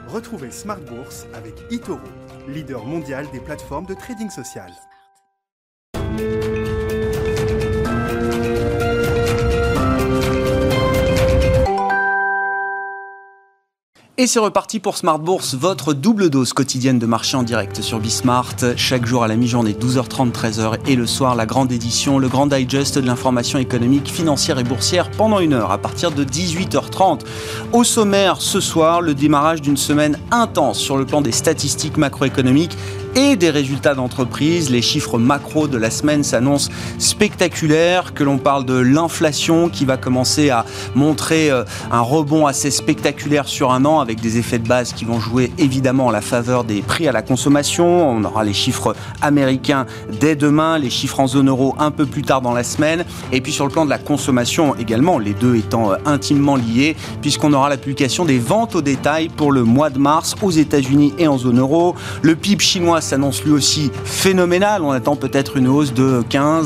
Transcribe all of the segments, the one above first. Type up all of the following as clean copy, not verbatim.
Retrouvez Smart Bourse avec eToro, leader mondial des plateformes de trading social. Et c'est reparti pour Smart Bourse, votre double dose quotidienne de marché en direct sur Bismart. Chaque jour à la mi-journée, 12h30, 13h et le soir, la grande édition, le grand digest de l'information économique, financière et boursière pendant une heure à partir de 18h30. Au sommaire, ce soir, le démarrage d'une semaine intense sur le plan des statistiques macroéconomiques et des résultats d'entreprise. Les chiffres macro de la semaine s'annoncent spectaculaires, que l'on parle de l'inflation qui va commencer à montrer un rebond assez spectaculaire sur un an avec des effets de base qui vont jouer évidemment en la faveur des prix à la consommation. On aura les chiffres américains dès demain, les chiffres en zone euro un peu plus tard dans la semaine. Et puis sur le plan de la consommation également, les deux étant intimement liés, puisqu'on aura la publication des ventes au détail pour le mois de mars aux États-Unis et en zone euro. Le PIB chinois s'annonce lui aussi phénoménal. On attend peut-être une hausse de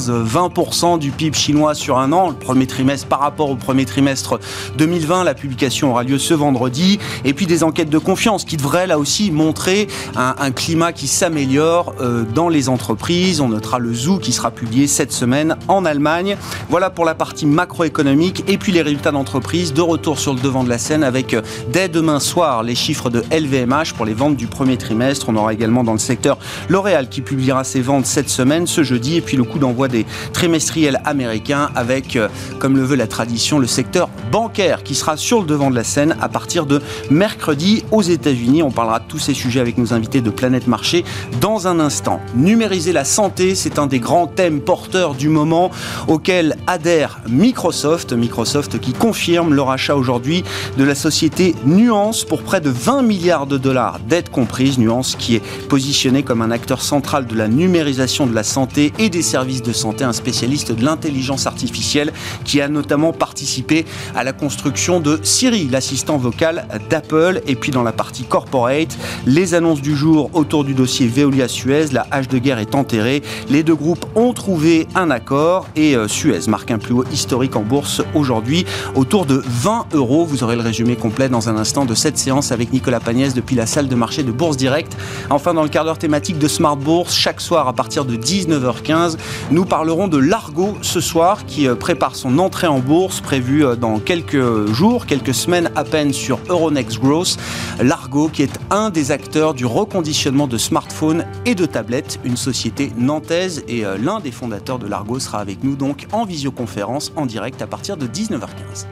15-20% du PIB chinois sur un an, le premier trimestre par rapport au premier trimestre 2020. La publication aura lieu ce vendredi. Et puis des enquêtes de confiance qui devraient là aussi montrer un climat qui s'améliore dans les entreprises. On notera le ZOO qui sera publié cette semaine en Allemagne. Voilà pour la partie macroéconomique. Et puis les résultats d'entreprise de retour sur le devant de la scène avec dès demain soir les chiffres de LVMH pour les ventes du premier trimestre. On aura également dans le secteur L'Oréal qui publiera ses ventes cette semaine, ce jeudi, et puis le coup d'envoi des trimestriels américains avec, comme le veut la tradition, le secteur bancaire qui sera sur le devant de la scène à partir de mercredi aux États-Unis. On parlera de tous ces sujets avec nos invités de Planète Marché dans un instant. Numériser la santé, c'est un des grands thèmes porteurs du moment auquel adhère Microsoft. Microsoft qui confirme le rachat aujourd'hui de la société Nuance pour près de 20 milliards de dollars, dettes comprises. Nuance qui est positionnée comme un acteur central de la numérisation de la santé et des services de santé, un spécialiste de l'intelligence artificielle qui a notamment participé à la construction de Siri, l'assistant vocal d'Apple. Et puis dans la partie corporate, les annonces du jour autour du dossier Veolia-Suez, la hache de guerre est enterrée. Les deux groupes ont trouvé un accord et Suez marque un plus haut historique en bourse aujourd'hui autour de 20 €. Vous aurez le résumé complet dans un instant de cette séance avec Nicolas Pagnès depuis la salle de marché de Bourse Direct. Enfin, dans le quart d'heure thématique de Smart Bourse, chaque soir à partir de 19h15, nous parlerons de Largo ce soir qui prépare son entrée en bourse prévue dans quelques jours, quelques semaines à peine sur Euronext Growth. Largo qui est un des acteurs du reconditionnement de smartphones et de tablettes, une société nantaise, et l'un des fondateurs de Largo sera avec nous donc en visioconférence en direct à partir de 19h15.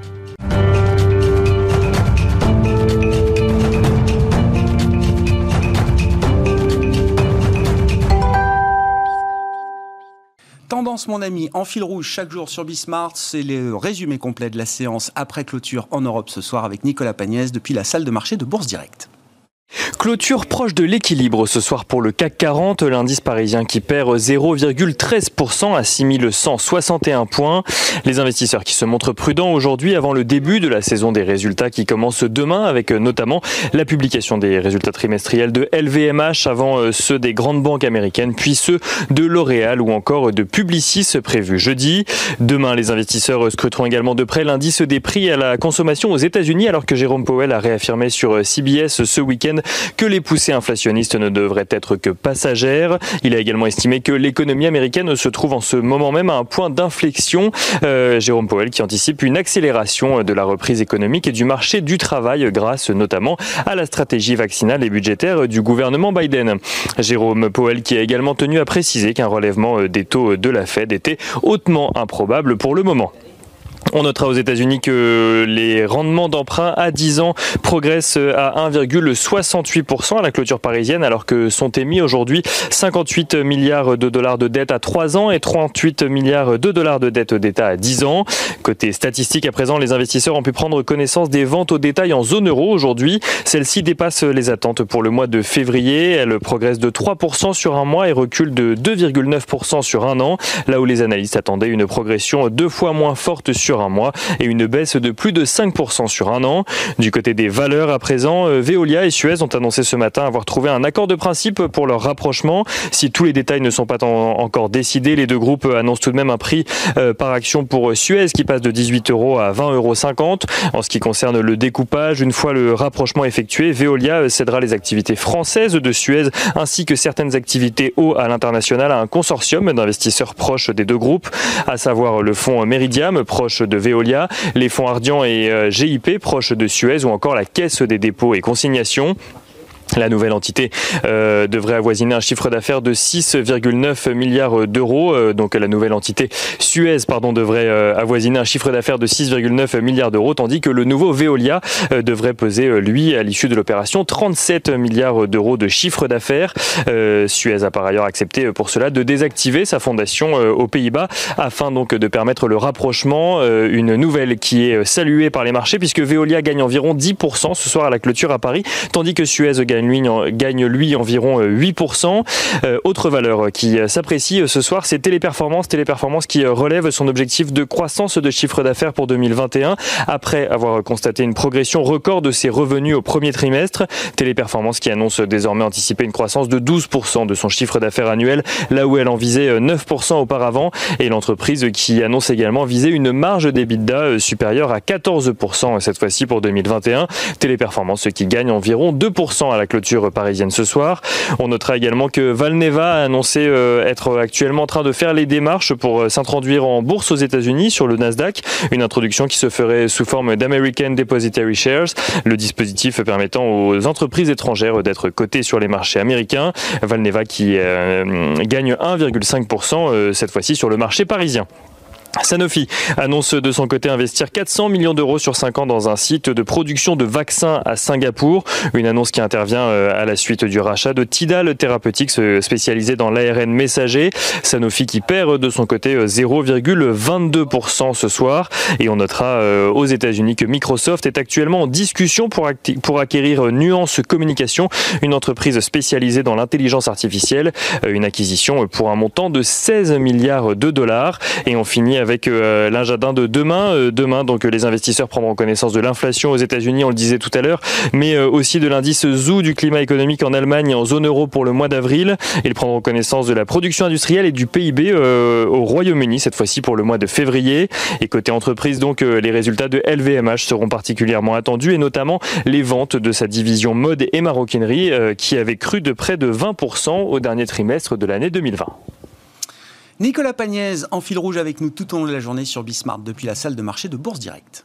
Tendance, mon ami, en fil rouge chaque jour sur Bismart, c'est le résumé complet de la séance après clôture en Europe ce soir avec Nicolas Pagnès depuis la salle de marché de Bourse Direct. Clôture proche de l'équilibre ce soir pour le CAC 40, l'indice parisien qui perd 0,13% à 6161 points. Les investisseurs qui se montrent prudents aujourd'hui avant le début de la saison des résultats qui commence demain avec notamment la publication des résultats trimestriels de LVMH avant ceux des grandes banques américaines puis ceux de L'Oréal ou encore de Publicis prévus jeudi. Demain, les investisseurs scruteront également de près l'indice des prix à la consommation aux États-Unis alors que Jérôme Powell a réaffirmé sur CBS ce week-end que les poussées inflationnistes ne devraient être que passagères. Il a également estimé que l'économie américaine se trouve en ce moment même à un point d'inflexion. Jérôme Powell qui anticipe une accélération de la reprise économique et du marché du travail grâce notamment à la stratégie vaccinale et budgétaire du gouvernement Biden. Jérôme Powell qui a également tenu à préciser qu'un relèvement des taux de la Fed était hautement improbable pour le moment. On notera aux États-Unis que les rendements d'emprunt à 10 ans progressent à 1,68% à la clôture parisienne alors que sont émis aujourd'hui 58 milliards de dollars de dette à 3 ans et 38 milliards de dollars de dette d'État à 10 ans. Côté statistique, à présent, les investisseurs ont pu prendre connaissance des ventes au détail en zone euro aujourd'hui. Celles-ci dépassent les attentes pour le mois de février. Elles progressent de 3% sur un mois et reculent de 2,9% sur un an, là où les analystes attendaient une progression 2 fois moins forte sur sur un mois et une baisse de plus de 5% sur un an. Du côté des valeurs à présent, Veolia et Suez ont annoncé ce matin avoir trouvé un accord de principe pour leur rapprochement. Si tous les détails ne sont pas encore décidés, les deux groupes annoncent tout de même un prix par action pour Suez qui passe de 18 € à 20,50 €. En ce qui concerne le découpage, une fois le rapprochement effectué, Veolia cédera les activités françaises de Suez ainsi que certaines activités eau à l'international à un consortium d'investisseurs proches des deux groupes, à savoir le fonds Meridiam, proche de Veolia, les fonds Ardian et GIP, proches de Suez, ou encore la Caisse des dépôts et consignations. La nouvelle entité devrait avoisiner un chiffre d'affaires de 6,9 milliards d'euros. Donc la nouvelle entité Suez devrait avoisiner un chiffre d'affaires de 6,9 milliards d'euros, tandis que le nouveau Veolia devrait peser, lui, à l'issue de l'opération, 37 milliards d'euros de chiffre d'affaires. Suez a par ailleurs accepté pour cela de désactiver sa fondation aux Pays-Bas afin donc de permettre le rapprochement. Une nouvelle qui est saluée par les marchés puisque Veolia gagne environ 10% ce soir à la clôture à Paris, tandis que Suez gagne lui environ 8%. Autre valeur qui s'apprécie ce soir, c'est Téléperformance qui relève son objectif de croissance de chiffre d'affaires pour 2021 après avoir constaté une progression record de ses revenus au premier trimestre. Téléperformance qui annonce désormais anticiper une croissance de 12% de son chiffre d'affaires annuel, là où elle en visait 9% auparavant, et l'entreprise qui annonce également viser une marge d'EBITDA supérieure à 14% cette fois-ci pour 2021. Téléperformance qui gagne environ 2% à la clôture parisienne ce soir. On notera également que Valneva a annoncé être actuellement en train de faire les démarches pour s'introduire en bourse aux États-Unis sur le Nasdaq, une introduction qui se ferait sous forme d'American Depositary Shares, le dispositif permettant aux entreprises étrangères d'être cotées sur les marchés américains. Valneva qui gagne 1,5% cette fois-ci sur le marché parisien. Sanofi annonce de son côté investir 400 millions d'euros sur 5 ans dans un site de production de vaccins à Singapour. Une annonce qui intervient à la suite du rachat de Tidal Therapeutics spécialisé dans l'ARN messager. Sanofi qui perd de son côté 0,22% ce soir. Et on notera aux États-Unis que Microsoft est actuellement en discussion pour acquérir Nuance Communication, une entreprise spécialisée dans l'intelligence artificielle. Une acquisition pour un montant de 16 milliards de dollars. Et on finit avec l'agenda de demain. Demain, donc, les investisseurs prendront connaissance de l'inflation aux États-Unis, on le disait tout à l'heure, mais aussi de l'indice ZOO du climat économique en Allemagne et en zone euro pour le mois d'avril. Ils prendront connaissance de la production industrielle et du PIB au Royaume-Uni, cette fois-ci pour le mois de février. Et côté entreprise, donc, les résultats de LVMH seront particulièrement attendus, et notamment les ventes de sa division mode et maroquinerie qui avait cru de près de 20% au dernier trimestre de l'année 2020. Nicolas Pagnès en fil rouge avec nous tout au long de la journée sur Bismart depuis la salle de marché de Bourse Direct.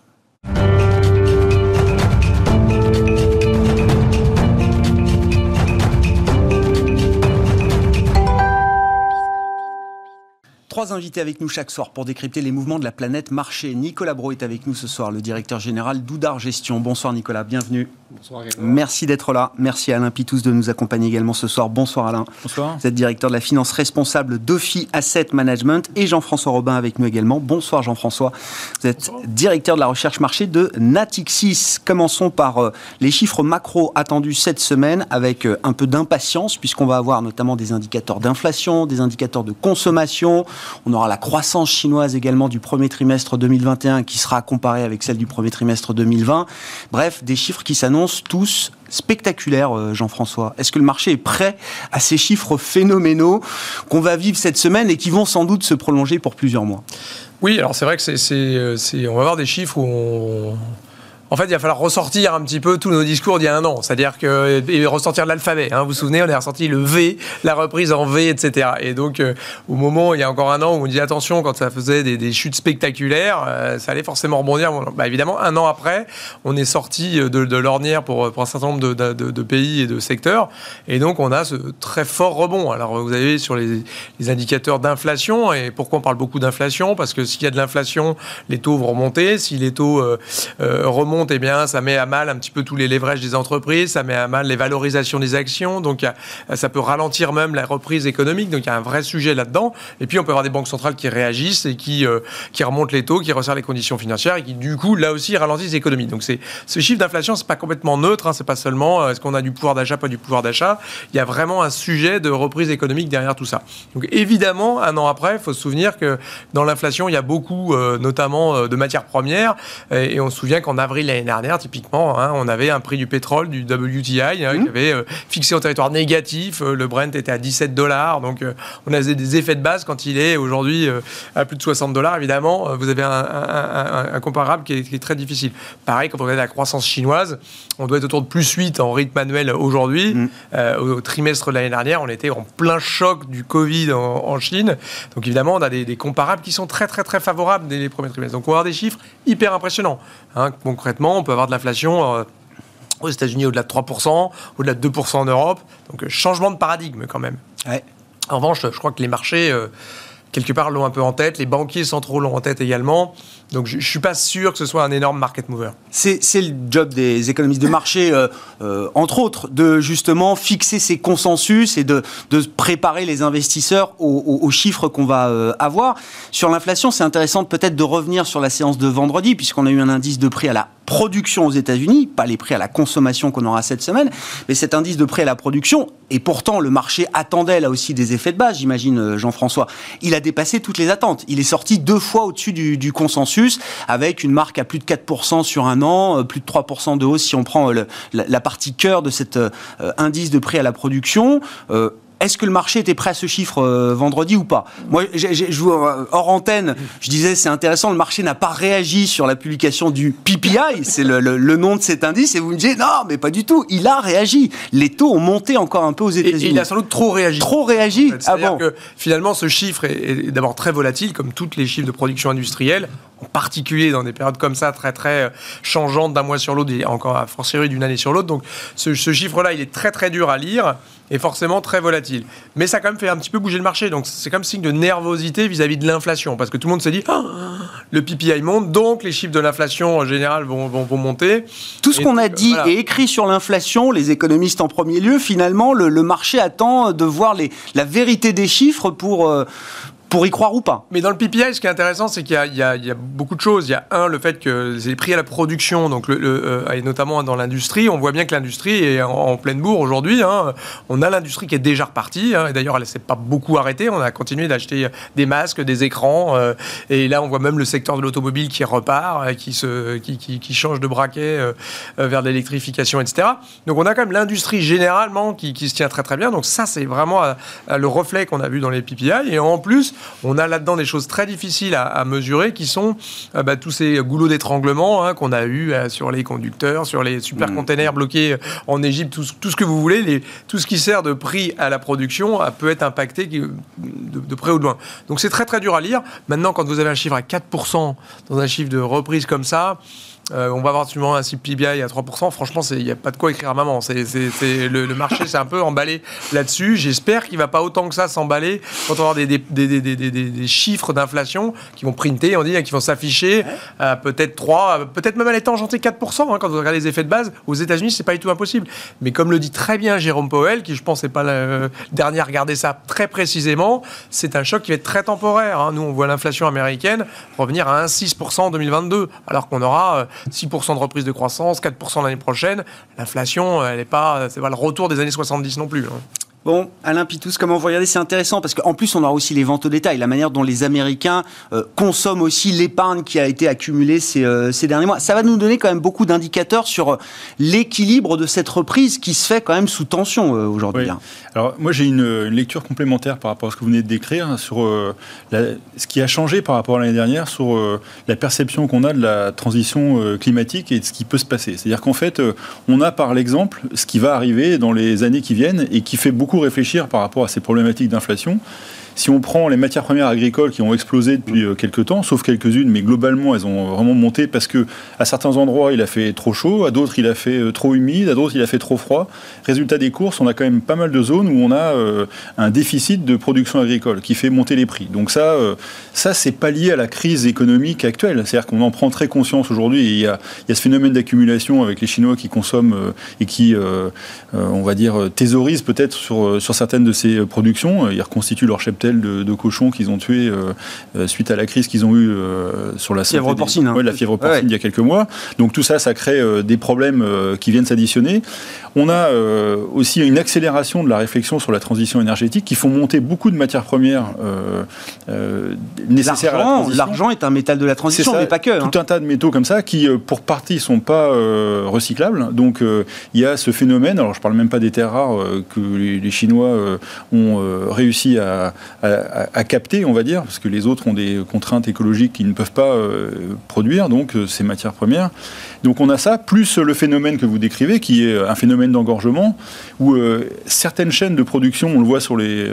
Trois invités avec nous chaque soir pour décrypter les mouvements de la planète marché. Nicolas Brault est avec nous ce soir, le directeur général d'Oudart Gestion. Bonsoir Nicolas, bienvenue. Bonsoir Grégoire. Merci d'être là. Merci à Alain Pitous de nous accompagner également ce soir. Bonsoir Alain. Bonsoir. Vous êtes directeur de la finance responsable d'Ophi Asset Management, et Jean-François Robin avec nous également. Bonsoir Jean-François. Vous êtes directeur de la recherche marché de Natixis. Commençons par les chiffres macro attendus cette semaine avec un peu d'impatience puisqu'on va avoir notamment des indicateurs d'inflation, des indicateurs de consommation. On aura la croissance chinoise également du premier trimestre 2021 qui sera comparée avec celle du premier trimestre 2020. Bref, des chiffres qui s'annoncent tous spectaculaires, Jean-François. Est-ce que le marché est prêt à ces chiffres phénoménaux qu'on va vivre cette semaine et qui vont sans doute se prolonger pour plusieurs mois ? Oui, alors c'est vrai que on va avoir des chiffres où en fait, il va falloir ressortir un petit peu tous nos discours d'il y a un an. C'est-à-dire que ressortir l'alphabet. Vous vous souvenez, on a ressorti le V, la reprise en V, etc. Et donc, au moment, il y a encore un an, où on dit attention, quand ça faisait des chutes spectaculaires, ça allait forcément rebondir. Évidemment, un an après, on est sorti de l'ornière pour un certain nombre de pays et de secteurs. Et donc, on a ce très fort rebond. Alors, vous avez sur les indicateurs d'inflation. Et pourquoi on parle beaucoup d'inflation ? Parce que s'il y a de l'inflation, les taux vont remonter. Si les taux remontent, compte, eh bien, ça met à mal un petit peu tous les leverages des entreprises, ça met à mal les valorisations des actions, donc ça peut ralentir même la reprise économique, donc il y a un vrai sujet là-dedans. Et puis on peut avoir des banques centrales qui réagissent et qui remontent les taux, qui resserrent les conditions financières et qui du coup là aussi ralentissent l'économie. Donc ce chiffre d'inflation, c'est pas complètement neutre, c'est pas seulement est-ce qu'on a du pouvoir d'achat, pas du pouvoir d'achat. Il y a vraiment un sujet de reprise économique derrière tout ça. Donc évidemment, un an après, il faut se souvenir que dans l'inflation, il y a beaucoup notamment de matières premières et on se souvient qu'en avril l'année dernière, typiquement, on avait un prix du pétrole, du WTI, qui avait fixé en territoire négatif. Le Brent était à $17. Donc on a des effets de base quand il est aujourd'hui à plus de $60. Évidemment, vous avez un comparable qui est très difficile. Pareil, quand on regarde la croissance chinoise, on doit être autour de plus 8 en rythme annuel aujourd'hui. Au trimestre de l'année dernière, on était en plein choc du Covid en Chine. Donc évidemment, on a des comparables qui sont très très très favorables dès les premiers trimestres. Donc on va avoir des chiffres hyper impressionnants. Concrètement, on peut avoir de l'inflation aux États-Unis au-delà de 3%, au-delà de 2% en Europe. Donc changement de paradigme quand même. Ouais. En revanche, je crois que les marchés, quelque part, l'ont un peu en tête. Les banquiers centraux l'ont en tête également. Donc je ne suis pas sûr que ce soit un énorme market mover. C'est le job des économistes de marché, entre autres, de justement fixer ces consensus et de préparer les investisseurs aux chiffres qu'on va avoir. Sur l'inflation, c'est intéressant peut-être de revenir sur la séance de vendredi, puisqu'on a eu un indice de prix à la production aux États-Unis, pas les prix à la consommation qu'on aura cette semaine, mais cet indice de prix à la production, et pourtant le marché attendait là aussi des effets de base, j'imagine, Jean-François, il a dépassé toutes les attentes. Il est sorti 2 fois au-dessus du consensus, avec une marque à plus de 4% sur un an, plus de 3% de hausse si on prend la partie cœur de cet indice de prix à la production. Est-ce que le marché était prêt à ce chiffre vendredi ou pas ? Moi, hors antenne, je disais c'est intéressant, le marché n'a pas réagi sur la publication du PPI, c'est le nom de cet indice, et vous me disiez non, mais pas du tout, il a réagi. Les taux ont monté encore un peu aux États-Unis. Et il a sans doute trop réagi. Trop réagi. En fait. C'est-à-dire que finalement, ce chiffre est d'abord très volatile, comme tous les chiffres de production industrielle, en particulier dans des périodes comme ça, très très changeantes d'un mois sur l'autre, et encore a fortiori d'une année sur l'autre. Donc ce chiffre-là, il est très très dur à lire, et forcément très volatile. Mais ça a quand même fait un petit peu bouger le marché. Donc c'est comme signe de nervosité vis-à-vis de l'inflation. Parce que tout le monde s'est dit, le PPI monte, donc les chiffres de l'inflation en général vont monter. Tout ce qu'on a dit et écrit sur l'inflation, les économistes en premier lieu, finalement, le marché attend de voir la vérité des chiffres pour y croire ou pas. Mais dans le PPI, ce qui est intéressant, c'est qu'il y a beaucoup de choses. Il y a le fait que c'est les prix à la production, donc et notamment dans l'industrie, on voit bien que l'industrie est en pleine bourre aujourd'hui. On a l'industrie qui est déjà repartie, et d'ailleurs elle ne s'est pas beaucoup arrêtée. On a continué d'acheter des masques, des écrans, et là on voit même le secteur de l'automobile qui repart, qui change de braquet vers l'électrification, etc. Donc on a quand même l'industrie généralement qui se tient très très bien. Donc ça c'est vraiment le reflet qu'on a vu dans les PPI. Et en plus, on a là-dedans des choses très difficiles à mesurer qui sont tous ces goulots d'étranglement qu'on a eu sur les conducteurs, sur les supercontainers bloqués en Égypte, tout ce que vous voulez, tout ce qui sert de prix à la production peut être impacté de près ou de loin. Donc c'est très très dur à lire. Maintenant, quand vous avez un chiffre à 4% dans un chiffre de reprise comme ça, on va avoir sûrement un PPI à 3%. Franchement, il n'y a pas de quoi écrire à maman. Le marché s'est un peu emballé là-dessus. J'espère qu'il ne va pas autant que ça s'emballer quand on va avoir des chiffres d'inflation qui vont printer, on dit, qui vont s'afficher à peut-être 3, peut-être même à l'état enchanté 4%. Quand vous regardez les effets de base, aux États-Unis, ce n'est pas du tout impossible. Mais comme le dit très bien Jérôme Powell, qui je pense n'est pas le dernier à regarder ça très précisément, c'est un choc qui va être très temporaire. Nous, on voit l'inflation américaine revenir à 1,6% en 2022, alors qu'on aura 6% de reprise de croissance, 4% l'année prochaine. L'inflation, c'est pas le retour des années 70 non plus. Bon, Alain Pitous, comment vous regardez ? C'est intéressant parce qu'en plus, on aura aussi les ventes au détail, la manière dont les Américains consomment aussi l'épargne qui a été accumulée ces derniers mois. Ça va nous donner quand même beaucoup d'indicateurs sur l'équilibre de cette reprise qui se fait quand même sous tension aujourd'hui. Oui. Alors, moi, j'ai une lecture complémentaire par rapport à ce que vous venez de décrire sur ce qui a changé par rapport à l'année dernière sur la perception qu'on a de la transition climatique et de ce qui peut se passer. C'est-à-dire qu'en fait, on a par l'exemple ce qui va arriver dans les années qui viennent et qui fait beaucoup réfléchir par rapport à ces problématiques d'inflation. si on prend les matières premières agricoles qui ont explosé depuis quelques temps, sauf quelques-unes, mais globalement, elles ont vraiment monté parce que à certains endroits, il a fait trop chaud, à d'autres, il a fait trop humide, à d'autres, il a fait trop froid. Résultat des courses, on a quand même pas mal de zones où on a un déficit de production agricole qui fait monter les prix. Donc ça c'est pas lié à la crise économique actuelle. C'est-à-dire qu'on en prend très conscience aujourd'hui. Il y a ce phénomène d'accumulation avec les Chinois qui consomment et qui, on va dire, thésaurisent peut-être sur certaines de ces productions. Ils reconstituent leur cheptel de cochons qu'ils ont tués suite à la crise qu'ils ont eue sur la fièvre porcine. La fièvre porcine il y a quelques mois. Donc tout ça, ça crée des problèmes qui viennent s'additionner. On a aussi une accélération de la réflexion sur la transition énergétique qui font monter beaucoup de matières premières nécessaires à la transition. L'argent est un métal de la transition, mais pas que. Tout un tas de métaux comme ça qui, pour partie, ne sont pas recyclables. Donc il y a ce phénomène, alors je ne parle même pas des terres rares que les Chinois ont réussi à capter, on va dire, parce que les autres ont des contraintes écologiques qu'ils ne peuvent pas produire, donc ces matières premières. Donc on a ça, plus le phénomène que vous décrivez, qui est un phénomène d'engorgement, où certaines chaînes de production, on le voit sur les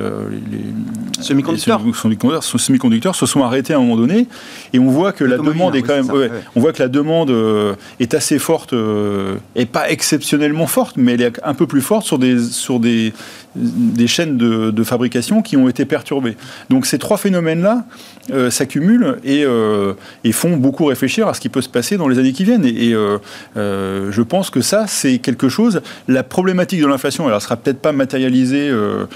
semi-conducteurs, se sont arrêtées à un moment donné, et on voit que la demande est quand même, on voit que la demande est assez forte, et pas exceptionnellement forte, mais elle est un peu plus forte sur des chaînes de fabrication qui ont été perturbées. Donc ces trois phénomènes-là s'accumulent et font beaucoup réfléchir à ce qui peut se passer dans les années qui viennent. Et je pense que ça, c'est quelque chose. La problématique de l'inflation, elle ne sera peut-être pas matérialisée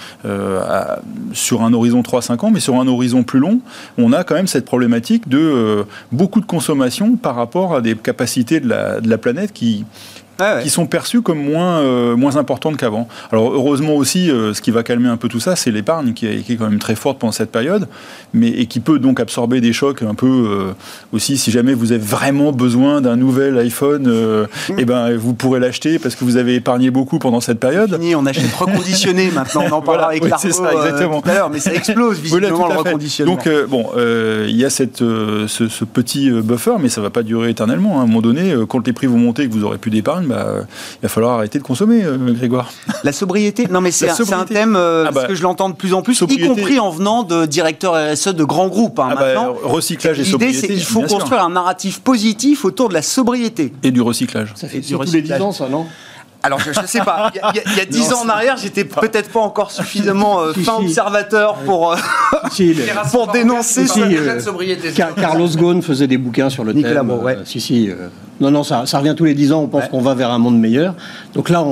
sur un horizon 3-5 ans, mais sur un horizon plus long, on a quand même cette problématique de beaucoup de consommation par rapport à des capacités de la planète qui sont perçues comme moins importantes qu'avant. Alors heureusement aussi, ce qui va calmer un peu tout ça, c'est l'épargne qui est quand même très forte pendant cette période, et qui peut donc absorber des chocs un peu aussi. Si jamais vous avez vraiment besoin d'un nouvel iPhone, vous pourrez l'acheter parce que vous avez épargné beaucoup pendant cette période. On achète reconditionné maintenant, on en parlera avec l'Arco tout à l'heure, mais ça explose visiblement le reconditionnement. Donc il y a ce petit buffer, mais ça ne va pas durer éternellement. À un moment donné, quand les prix vont monter et que vous n'aurez plus d'épargne, il va falloir arrêter de consommer, Grégoire. La sobriété, non mais c'est un thème parce que je l'entends de plus en plus, y compris en venant de directeurs RSE de grands groupes. Maintenant, recyclage et sobriété. L'idée, c'est qu'il faut construire un narratif positif autour de la sobriété. Et du recyclage. Ça fait tous les 10 ans, ça, non ? Alors, je ne sais pas. Il y a 10 ans en arrière, j'étais peut-être pas encore suffisamment fin observateur pour dénoncer ce projet de sobriété. Carlos Ghosn faisait des bouquins sur le thème. Non, ça revient tous les 10 ans. On pense qu'on va vers un monde meilleur. Donc là,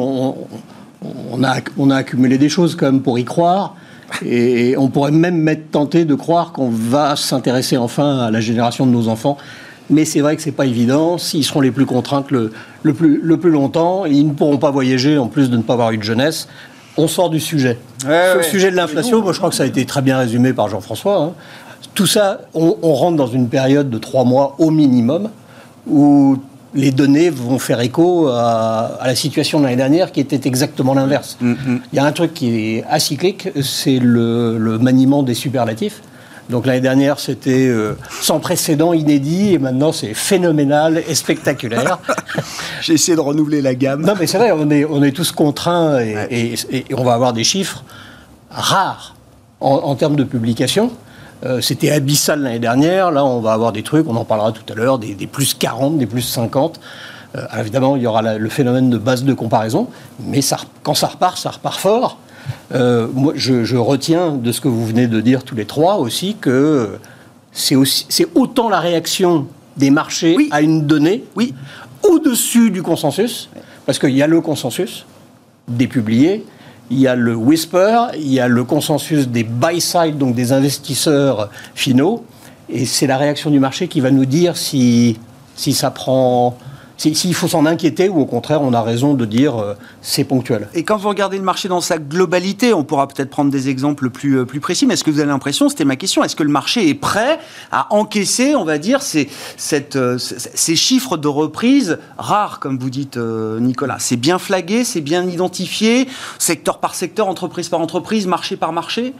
on a accumulé des choses quand même pour y croire. Et on pourrait même tenté de croire qu'on va s'intéresser enfin à la génération de nos enfants. Mais c'est vrai que c'est pas évident. S'ils seront les plus contraintes le plus longtemps, ils ne pourront pas voyager, en plus de ne pas avoir eu de jeunesse. On sort du sujet. Sur le sujet de l'inflation, moi je crois que ça a été très bien résumé par Jean-François. Tout ça, on rentre dans une période de 3 mois au minimum, où les données vont faire écho à la situation de l'année dernière, qui était exactement l'inverse. Il y a un truc qui est acyclique, c'est le maniement des superlatifs. Donc l'année dernière, c'était sans précédent, inédit, et maintenant c'est phénoménal et spectaculaire. J'ai essayé de renouveler la gamme. Non, mais c'est vrai, on est tous contraints et on va avoir des chiffres rares en termes de publication. C'était abyssal l'année dernière. Là, on va avoir des trucs, on en parlera tout à l'heure, des plus 40, des plus 50. Évidemment, il y aura le phénomène de base de comparaison, mais quand ça repart fort. Moi, je retiens de ce que vous venez de dire tous les trois aussi que c'est autant la réaction des marchés à une donnée au-dessus du consensus, parce qu'il y a le consensus des publiés, il y a le whisper, il y a le consensus des buy-side, donc des investisseurs finaux, et c'est la réaction du marché qui va nous dire si ça prend... S'il faut s'en inquiéter ou au contraire on a raison de dire c'est ponctuel. Et quand vous regardez le marché dans sa globalité, on pourra peut-être prendre des exemples plus précis, mais est-ce que vous avez l'impression, c'était ma question, est-ce que le marché est prêt à encaisser, on va dire, ces chiffres de reprise rares, comme vous dites Nicolas? C'est bien flagué, c'est bien identifié, secteur par secteur, entreprise par entreprise, marché par marché?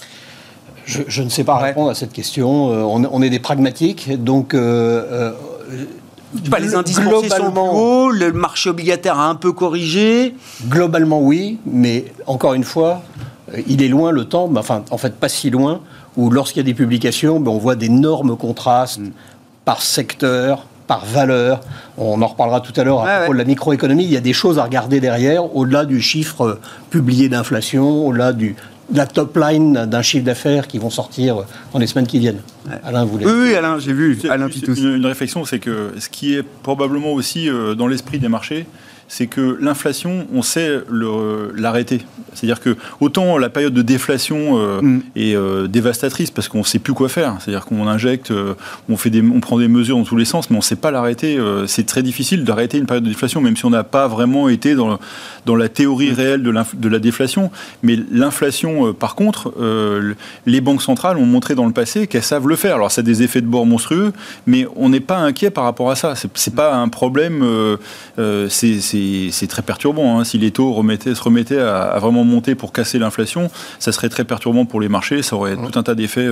Je ne sais pas répondre à cette question. On est des pragmatiques, donc... les indices boursiers sont plus hauts, le marché obligataire a un peu corrigé. Globalement, oui, mais encore une fois, il est loin le temps, en fait pas si loin, où lorsqu'il y a des publications, on voit d'énormes contrastes par secteur, par valeur. On en reparlera tout à l'heure à propos de la microéconomie. Il y a des choses à regarder derrière, au-delà du chiffre publié d'inflation, au-delà de la top line d'un chiffre d'affaires qui vont sortir dans les semaines qui viennent. Alain, vous voulez... Oui, Alain, j'ai vu. Alain Pitous. Une réflexion, c'est que ce qui est probablement aussi dans l'esprit des marchés, c'est que l'inflation, on sait l'arrêter. C'est-à-dire que autant la période de déflation est dévastatrice parce qu'on ne sait plus quoi faire. C'est-à-dire qu'on injecte, on prend des mesures dans tous les sens, mais on ne sait pas l'arrêter. C'est très difficile d'arrêter une période de déflation, même si on n'a pas vraiment été dans la théorie réelle de la déflation. Mais l'inflation, par contre, les banques centrales ont montré dans le passé qu'elles savent le faire. Alors ça a des effets de bord monstrueux, mais on n'est pas inquiet par rapport à ça. C'est pas un problème. C'est très perturbant. Hein. Si les taux se remettaient à vraiment monter pour casser l'inflation, ça serait très perturbant pour les marchés. Ça aurait tout un tas d'effets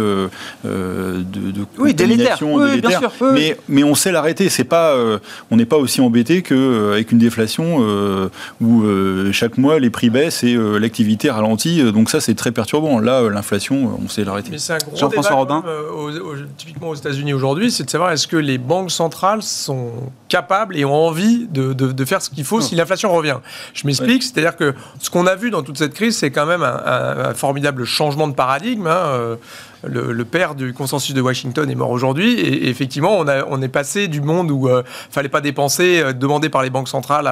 de contamination, délétères. Bien sûr, mais on sait l'arrêter. On n'est pas aussi embêté qu'avec une déflation où chaque mois les prix baissent et l'activité ralentit. Donc ça, c'est très perturbant. Là, l'inflation, on sait l'arrêter. Mais c'est un gros débat, typiquement aux États-Unis aujourd'hui, c'est de savoir est-ce que les banques centrales sont capables et ont envie de faire ce qu'il faut si l'inflation revient. Je m'explique, c'est-à-dire que ce qu'on a vu dans toute cette crise, c'est quand même un formidable changement de paradigme. Le père du consensus de Washington est mort aujourd'hui et effectivement on est passé du monde où fallait pas dépenser demandé par les banques centrales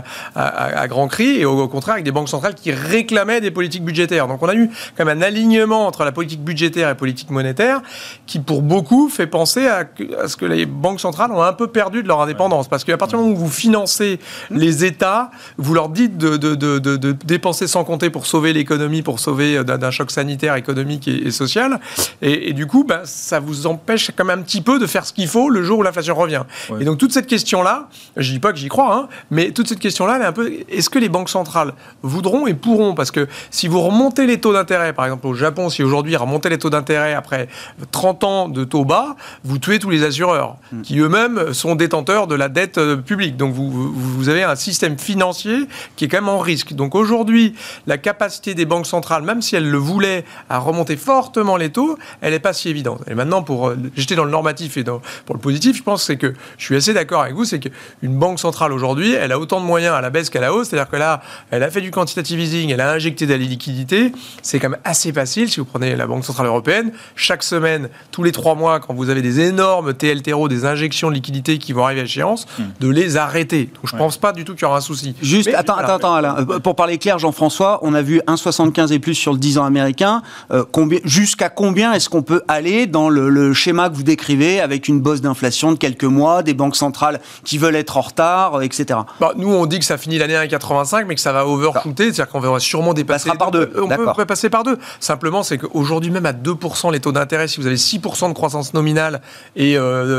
à grands cris et au contraire avec des banques centrales qui réclamaient des politiques budgétaires. Donc on a eu quand même un alignement entre la politique budgétaire et la politique monétaire qui pour beaucoup fait penser à ce que les banques centrales ont un peu perdu de leur indépendance parce qu'à partir du moment où vous financez les États, vous leur dites de dépenser sans compter pour sauver l'économie, pour sauver d'un choc sanitaire, économique et social. Et du coup, ça vous empêche quand même un petit peu de faire ce qu'il faut le jour où l'inflation revient. Ouais. Et donc toute cette question-là, je dis pas que j'y crois, mais toute cette question-là, elle est un peu, est-ce que les banques centrales voudront et pourront? Parce que si vous remontez les taux d'intérêt, par exemple au Japon, si aujourd'hui remontez les taux d'intérêt après 30 ans de taux bas, vous tuez tous les assureurs, qui eux-mêmes sont détenteurs de la dette publique. Donc vous avez un système financier qui est quand même en risque. Donc aujourd'hui, la capacité des banques centrales, même si elles le voulaient, à remonter fortement les taux, elle n'est pas si évidente. Et maintenant, pour jeter dans le normatif et pour le positif, je pense c'est que je suis assez d'accord avec vous, c'est qu'une banque centrale aujourd'hui, elle a autant de moyens à la baisse qu'à la hausse, c'est-à-dire que là, elle a fait du quantitative easing, elle a injecté de la liquidité, c'est quand même assez facile, si vous prenez la Banque Centrale Européenne, chaque semaine, tous les 3 mois, quand vous avez des énormes TLTRO, des injections de liquidité qui vont arriver à échance, de les arrêter. Donc je ne pense pas du tout qu'il y aura un souci. Juste, attends, Alain, pour parler clair, Jean-François, on a vu 1,75 et plus sur le 10 ans américain, jusqu'à combien est-ce qu'on peut aller dans le schéma que vous décrivez avec une bosse d'inflation de quelques mois, des banques centrales qui veulent être en retard, etc. Nous, on dit que ça finit l'année à 1,85, mais que ça va overshooter, c'est-à-dire qu'on va sûrement dépasser... par deux. On peut passer par 2. Simplement, c'est qu'aujourd'hui, même à 2% les taux d'intérêt, si vous avez 6% de croissance nominale et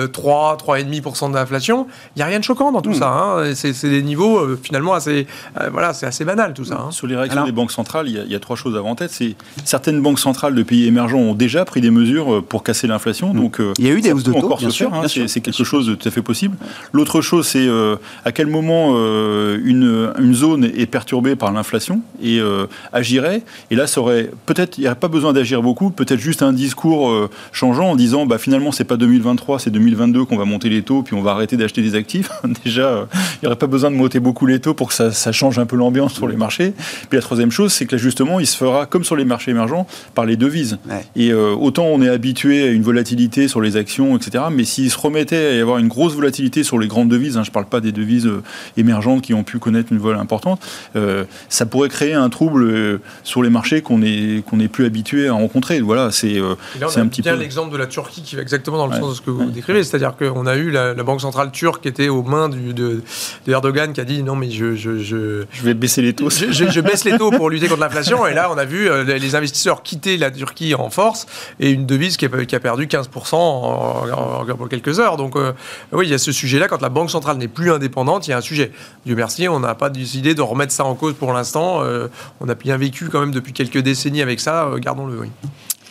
3,5% d'inflation, il n'y a rien de choquant dans tout ça. C'est des niveaux, finalement, assez... c'est assez banal, tout ça. Sur les réactions des banques centrales, il y a 3 choses à avoir en tête. Certaines banques centrales de pays émergents ont déjà pris des mesures pour casser l'inflation. Donc, il y a eu des hausses de taux, encore bien sûr. C'est quelque chose de tout à fait possible. L'autre chose, c'est à quel moment une zone est perturbée par l'inflation et agirait. Et là, il n'y aurait pas besoin d'agir beaucoup, peut-être juste un discours changeant en disant finalement, c'est pas 2023, c'est 2022 qu'on va monter les taux, puis on va arrêter d'acheter des actifs. Déjà, il n'y aurait pas besoin de monter beaucoup les taux pour que ça change un peu l'ambiance sur les marchés. Puis la troisième chose, c'est que l'ajustement, il se fera comme sur les marchés émergents par les devises. Ouais. Et autant on est habitué à une volatilité sur les actions, etc. Mais s'il se remettait à y avoir une grosse volatilité sur les grandes devises, je ne parle pas des devises émergentes qui ont pu connaître une vol importante, ça pourrait créer un trouble sur les marchés qu'on n'est plus habitué à rencontrer. Voilà, c'est un petit peu... l'exemple de la Turquie qui va exactement dans le sens de ce que vous décrivez. C'est-à-dire qu'on a eu la Banque centrale turque qui était aux mains de Erdogan qui a dit non mais je vais baisser les taux. Je baisse les taux pour lutter contre l'inflation. Et là, on a vu les investisseurs quitter la Turquie en force et une devise qui a perdu 15% en quelques heures. Donc oui, il y a ce sujet-là. Quand la Banque centrale n'est plus indépendante, il y a un sujet. Dieu merci, on n'a pas décidé de remettre ça en cause pour l'instant. On a bien vécu quand même depuis quelques décennies avec ça. Gardons-le, oui.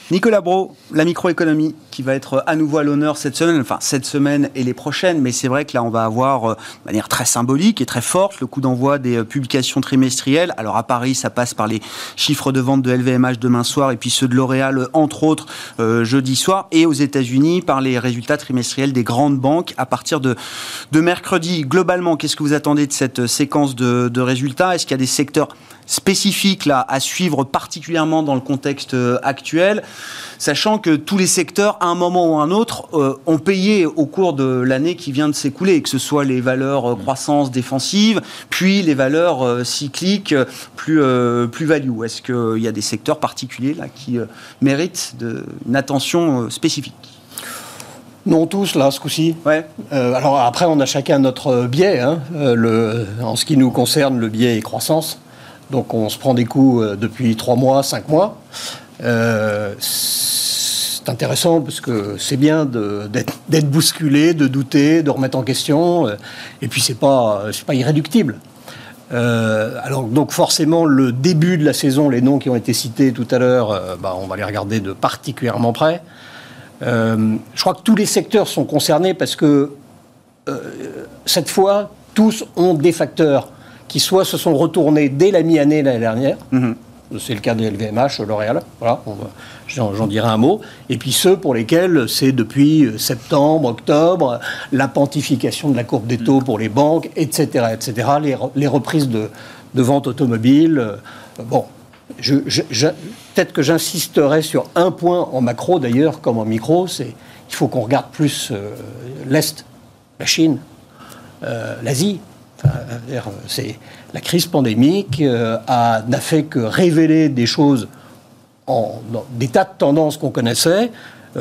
Nicolas Brault, la microéconomie qui va être à nouveau à l'honneur cette semaine et les prochaines, mais c'est vrai que là on va avoir de manière très symbolique et très forte le coup d'envoi des publications trimestrielles. Alors à Paris ça passe par les chiffres de vente de LVMH demain soir et puis ceux de L'Oréal entre autres jeudi soir, et aux États-Unis par les résultats trimestriels des grandes banques à partir de mercredi. Globalement, qu'est-ce que vous attendez de cette séquence de résultats? Est-ce qu'il y a des secteurs spécifiques là à suivre particulièrement dans le contexte actuel, sachant que tous les secteurs à un moment ou un autre ont payé au cours de l'année qui vient de s'écouler, que ce soit les valeurs croissance défensive puis les valeurs cycliques plus value. Est-ce qu'il y a des secteurs particuliers là qui méritent une attention spécifique? Non, tous, là, ce coup-ci. Ouais. Alors après, on a chacun notre biais. En ce qui nous concerne, le biais est croissance. Donc on se prend des coups depuis 3 mois, 5 mois. C'est intéressant parce que c'est bien d'être bousculé, de douter, de remettre en question. Et puis c'est pas irréductible. Alors donc forcément le début de la saison, les noms qui ont été cités tout à l'heure, on va les regarder de particulièrement près. Je crois que tous les secteurs sont concernés parce que cette fois, tous ont des facteurs qui soit se sont retournés dès la mi-année l'année dernière, c'est le cas de LVMH, L'Oréal, voilà, j'en dirai un mot, et puis ceux pour lesquels c'est depuis septembre, octobre, la pontification de la courbe des taux pour les banques, etc., les reprises de vente automobile. Peut-être que j'insisterai sur un point en macro d'ailleurs, comme en micro, c'est qu'il faut qu'on regarde plus l'Est, la Chine, l'Asie. C'est la crise pandémique n'a fait que révéler des choses, des tas de tendances qu'on connaissait.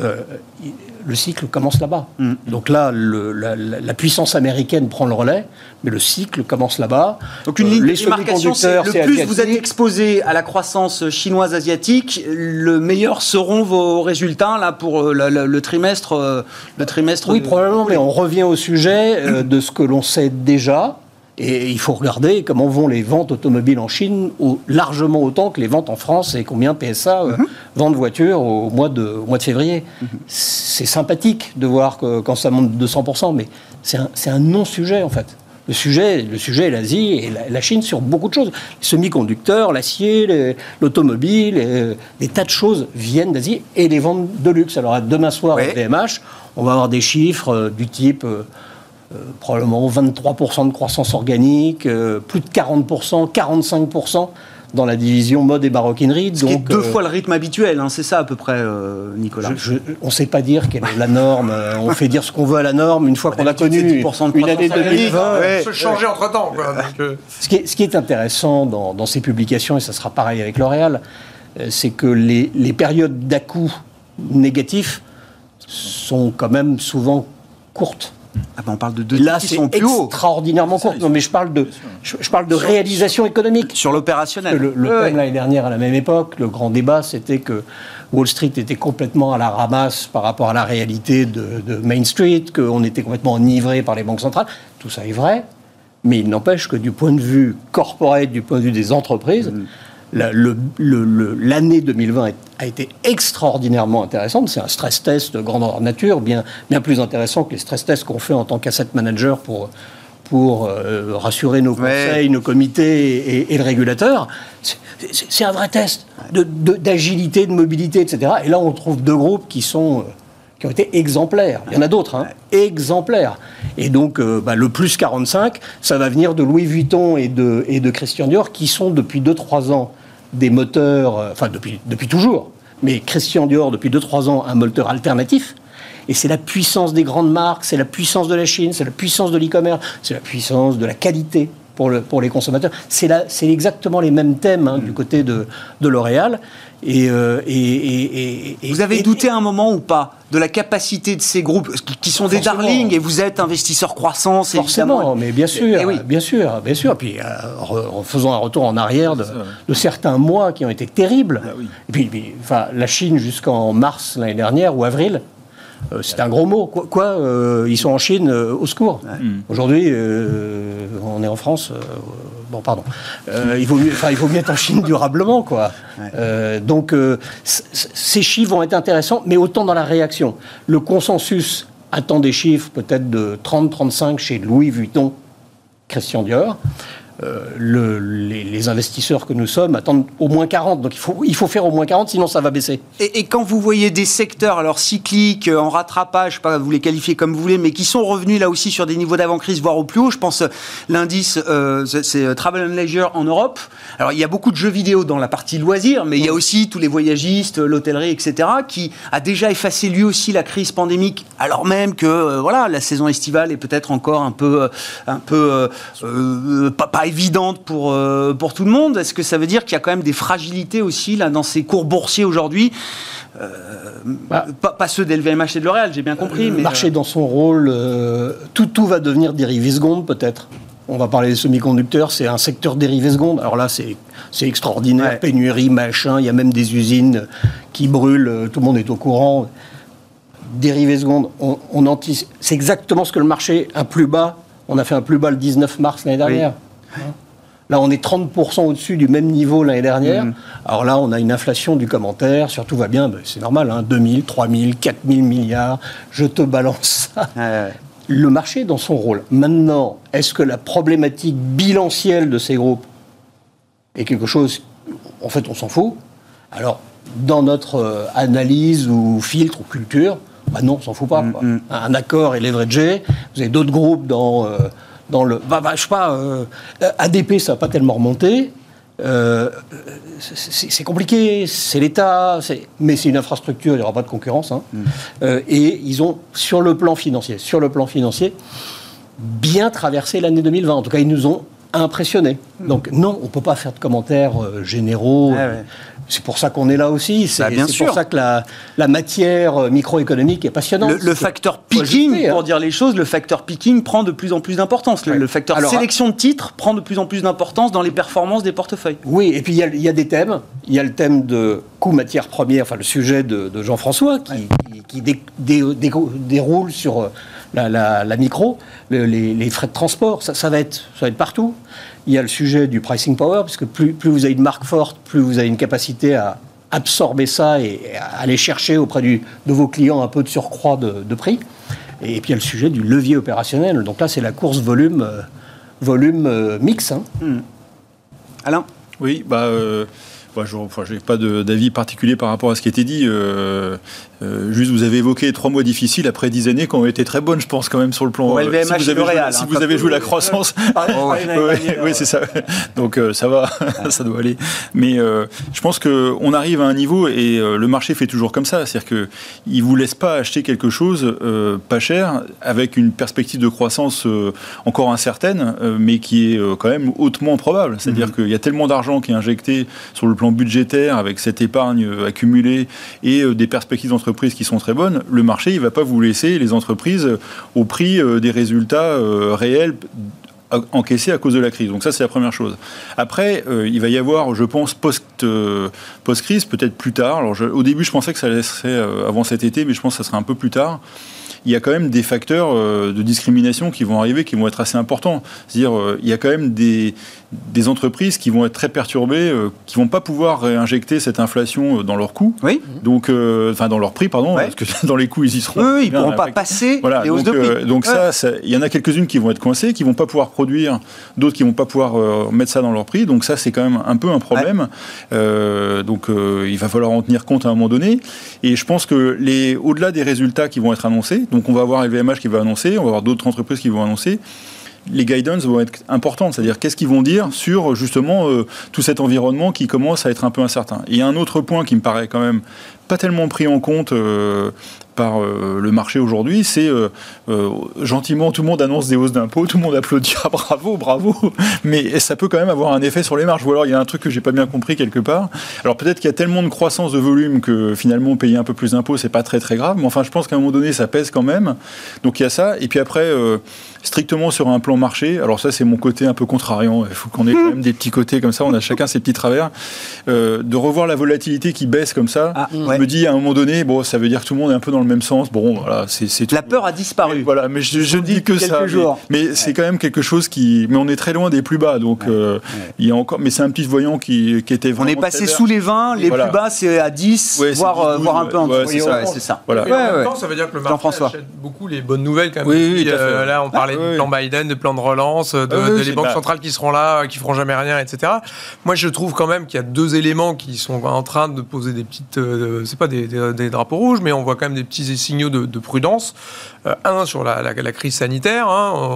Le cycle commence là-bas. Donc là, la puissance américaine prend le relais, mais le cycle commence là-bas. Donc une ligne de démarcation, c'est le plus asiatique. Vous êtes exposé à la croissance chinoise asiatique, le meilleur seront vos résultats là pour le trimestre. Oui, probablement, mais on revient au sujet de ce que l'on sait déjà. Et il faut regarder comment vont les ventes automobiles en Chine, largement autant que les ventes en France, et combien PSA vend de voitures au mois de février. C'est sympathique de voir quand ça monte de 200%, mais c'est un non-sujet en fait. Le sujet est l'Asie et la Chine sur beaucoup de choses. Les semi-conducteurs, l'acier, l'automobile, des tas de choses viennent d'Asie, et les ventes de luxe. Alors demain soir, à VMH, on va avoir des chiffres du type... probablement 23% de croissance organique, plus de 40%, 45% dans la division mode et maroquinerie. Ce qui est 2 fois le rythme habituel, c'est ça à peu près, Nicolas. On ne sait pas dire quelle est la norme, on fait dire ce qu'on veut à la norme une fois qu'on a connu une année 2020. Ça peut changer entre-temps. Ce qui est intéressant dans ces publications, et ça sera pareil avec L'Oréal, c'est que les périodes d'à-coups négatifs sont quand même souvent courtes. On parle de 2 là, qui c'est sont plus hauts. Extraordinairement court. Non, mais je parle de réalisation économique. Sur l'opérationnel. Le thème l'année dernière, à la même époque, le grand débat, c'était que Wall Street était complètement à la ramasse par rapport à la réalité de Main Street, qu'on était complètement enivré par les banques centrales. Tout ça est vrai, mais il n'empêche que du point de vue corporate, du point de vue des entreprises, l'année 2020 a été extraordinairement intéressante. C'est un stress test grandeur nature, bien plus intéressant que les stress tests qu'on fait en tant qu'asset manager pour rassurer nos conseils, nos comités et le régulateur. C'est un vrai test d'agilité, de mobilité, etc. Et là, on trouve 2 groupes qui ont été exemplaires. Il y en a d'autres, exemplaires. Et donc, le plus 45, ça va venir de Louis Vuitton et de Christian Dior, qui sont depuis 2-3 ans des moteurs, depuis toujours, mais Christian Dior, depuis 2-3 ans, un moteur alternatif. Et c'est la puissance des grandes marques, c'est la puissance de la Chine, c'est la puissance de l'e-commerce, c'est la puissance de la qualité pour les consommateurs. C'est exactement les mêmes thèmes du côté de L'Oréal. Vous avez douté un moment ou pas de la capacité de ces groupes qui sont des darlings, et vous êtes investisseur croissance, forcément, évidemment. Mais bien sûr. Puis en faisant un retour en arrière de certains mois qui ont été terribles. Et puis la Chine jusqu'en mars l'année dernière ou avril. C'est un gros mot. Ils sont en Chine, au secours. Aujourd'hui, on est en France, il vaut mieux être en Chine durablement, quoi. Ouais. Donc, ces chiffres vont être intéressants, mais autant dans la réaction. Le consensus attend des chiffres peut-être de 30-35 chez Louis Vuitton, Christian Dior. Les investisseurs que nous sommes attendent au moins 40. Donc il faut faire au moins 40, sinon ça va baisser. Et quand vous voyez des secteurs, alors cycliques, en rattrapage, je sais pas, vous les qualifiez comme vous voulez, mais qui sont revenus là aussi sur des niveaux d'avant-crise, voire au plus haut, je pense l'indice, c'est Travel & Leisure en Europe. Alors il y a beaucoup de jeux vidéo dans la partie loisirs, mais il y a aussi tous les voyagistes, l'hôtellerie, etc., qui a déjà effacé lui aussi la crise pandémique, alors même que la saison estivale est peut-être encore un peu pas évidente pour tout le monde. Est-ce que ça veut dire qu'il y a quand même des fragilités aussi là, dans ces cours boursiers aujourd'hui pas ceux d'LVMH et de L'Oréal, j'ai bien compris. Le marché dans son rôle, tout va devenir dérivé seconde peut-être. On va parler des semi-conducteurs, c'est un secteur dérivé seconde. Alors là, c'est extraordinaire, pénurie, machin, il y a même des usines qui brûlent, tout le monde est au courant. Dérivé seconde, c'est exactement ce que le marché, on a fait un plus bas le 19 mars l'année dernière. Oui. Là, on est 30% au-dessus du même niveau l'année dernière. Alors là, on a une inflation du commentaire, surtout va bien, c'est normal, 2 000, 3 000, 4 000 milliards, je te balance ça. Le marché est dans son rôle. Maintenant, est-ce que la problématique bilancielle de ces groupes est quelque chose, en fait, on s'en fout. Alors, dans notre analyse ou filtre ou culture, non, on s'en fout pas. Quoi. Un Accor est leveragé, vous avez d'autres groupes dans le... je sais pas, ADP, ça n'a pas tellement remonté. C'est compliqué, c'est l'État, mais c'est une infrastructure, il n'y aura pas de concurrence. Et ils ont, sur le plan financier, bien traversé l'année 2020. En tout cas, ils nous ont impressionnés. Donc non, on ne peut pas faire de commentaires généraux. C'est pour ça qu'on est là aussi. C'est pour ça que la matière microéconomique est passionnante. Le facteur picking, pour dire les choses, le facteur picking prend de plus en plus d'importance. Le facteur sélection de titres prend de plus en plus d'importance dans les performances des portefeuilles. Oui, et puis il y a des thèmes. Il y a le thème de coût matières premières, enfin le sujet de Jean-François, qui déroule sur la micro, les frais de transport. Ça va être partout. Il y a le sujet du pricing power, parce que plus vous avez une marque forte, plus vous avez une capacité à absorber ça et à aller chercher auprès de vos clients un peu de surcroît de prix. Et puis il y a le sujet du levier opérationnel. Donc là, c'est la course volume mix. Alain ? Oui, je n'ai pas d'avis particulier par rapport à ce qui a été dit. Juste, vous avez évoqué 3 mois difficiles après 10 années qui ont été très bonnes, je pense, quand même, sur le plan... si vous avez joué la croissance... oui, c'est ça. Donc, ça va, ça doit aller. Mais je pense qu'on arrive à un niveau, et le marché fait toujours comme ça, c'est-à-dire qu'il ne vous laisse pas acheter quelque chose pas cher, avec une perspective de croissance encore incertaine, mais qui est quand même hautement probable. C'est-à-dire qu'il y a tellement d'argent qui est injecté sur le plan budgétaire, avec cette épargne accumulée, et des perspectives d'entreprise qui sont très bonnes, le marché, il ne va pas vous laisser les entreprises au prix des résultats réels encaissés à cause de la crise. Donc ça, c'est la première chose. Après, il va y avoir, je pense, post-crise, peut-être plus tard. Alors, au début, je pensais que ça laisserait avant cet été, mais je pense que ça sera un peu plus tard. Il y a quand même des facteurs de discrimination qui vont arriver, qui vont être assez importants. C'est-à-dire, il y a quand même des entreprises qui vont être très perturbées, qui ne vont pas pouvoir réinjecter cette inflation dans leurs coûts. Oui. Donc, dans leurs prix, pardon, parce que dans les coûts, ils y seront. Oui, ils ne pourront pas passer les hausses de prix. Donc il y en a quelques-unes qui vont être coincées, qui ne vont pas pouvoir produire, d'autres qui ne vont pas pouvoir mettre ça dans leurs prix. Donc ça, c'est quand même un peu un problème. Il va falloir en tenir compte à un moment donné. Et je pense que au-delà des résultats qui vont être annoncés, donc on va avoir LVMH qui va annoncer, on va avoir d'autres entreprises qui vont annoncer, les guidance vont être importantes, c'est-à-dire qu'est-ce qu'ils vont dire sur justement tout cet environnement qui commence à être un peu incertain. Et il y a un autre point qui me paraît quand même pas tellement pris en compte par le marché aujourd'hui, c'est gentiment tout le monde annonce des hausses d'impôts, tout le monde applaudit, ah, bravo, mais ça peut quand même avoir un effet sur les marges, ou alors il y a un truc que j'ai pas bien compris quelque part. Alors peut-être qu'il y a tellement de croissance de volume que finalement payer un peu plus d'impôts c'est pas très très grave, mais enfin je pense qu'à un moment donné ça pèse quand même, donc il y a ça, et puis après strictement sur un plan marché, alors ça c'est mon côté un peu contrariant, il faut qu'on ait quand même des petits côtés comme ça, on a chacun ses petits travers, de revoir la volatilité qui baisse comme ça, me dis à un moment donné, bon, ça veut dire que tout le monde est un peu dans le même sens. Bon, voilà, c'est la peur a disparu. Mais, voilà, mais je ne dis que ça. Mais c'est quand même quelque chose qui. Mais on est très loin des plus bas, donc il y a encore. Mais c'est un petit voyant qui était vraiment. On est passé sous les 20, les plus bas c'est à 10, voire un peu en dessous. C'est ça. Voilà. En même temps, ça veut dire que le marché achète beaucoup les bonnes nouvelles quand même. Oui, là, on parlait du plan Biden, de plan de relance, de les banques centrales qui seront là, qui feront jamais rien, etc. Moi, je trouve quand même qu'il y a deux éléments qui sont en train de poser des petites, c'est pas des drapeaux rouges, mais on voit quand même des petits signaux de prudence. Un sur la crise sanitaire,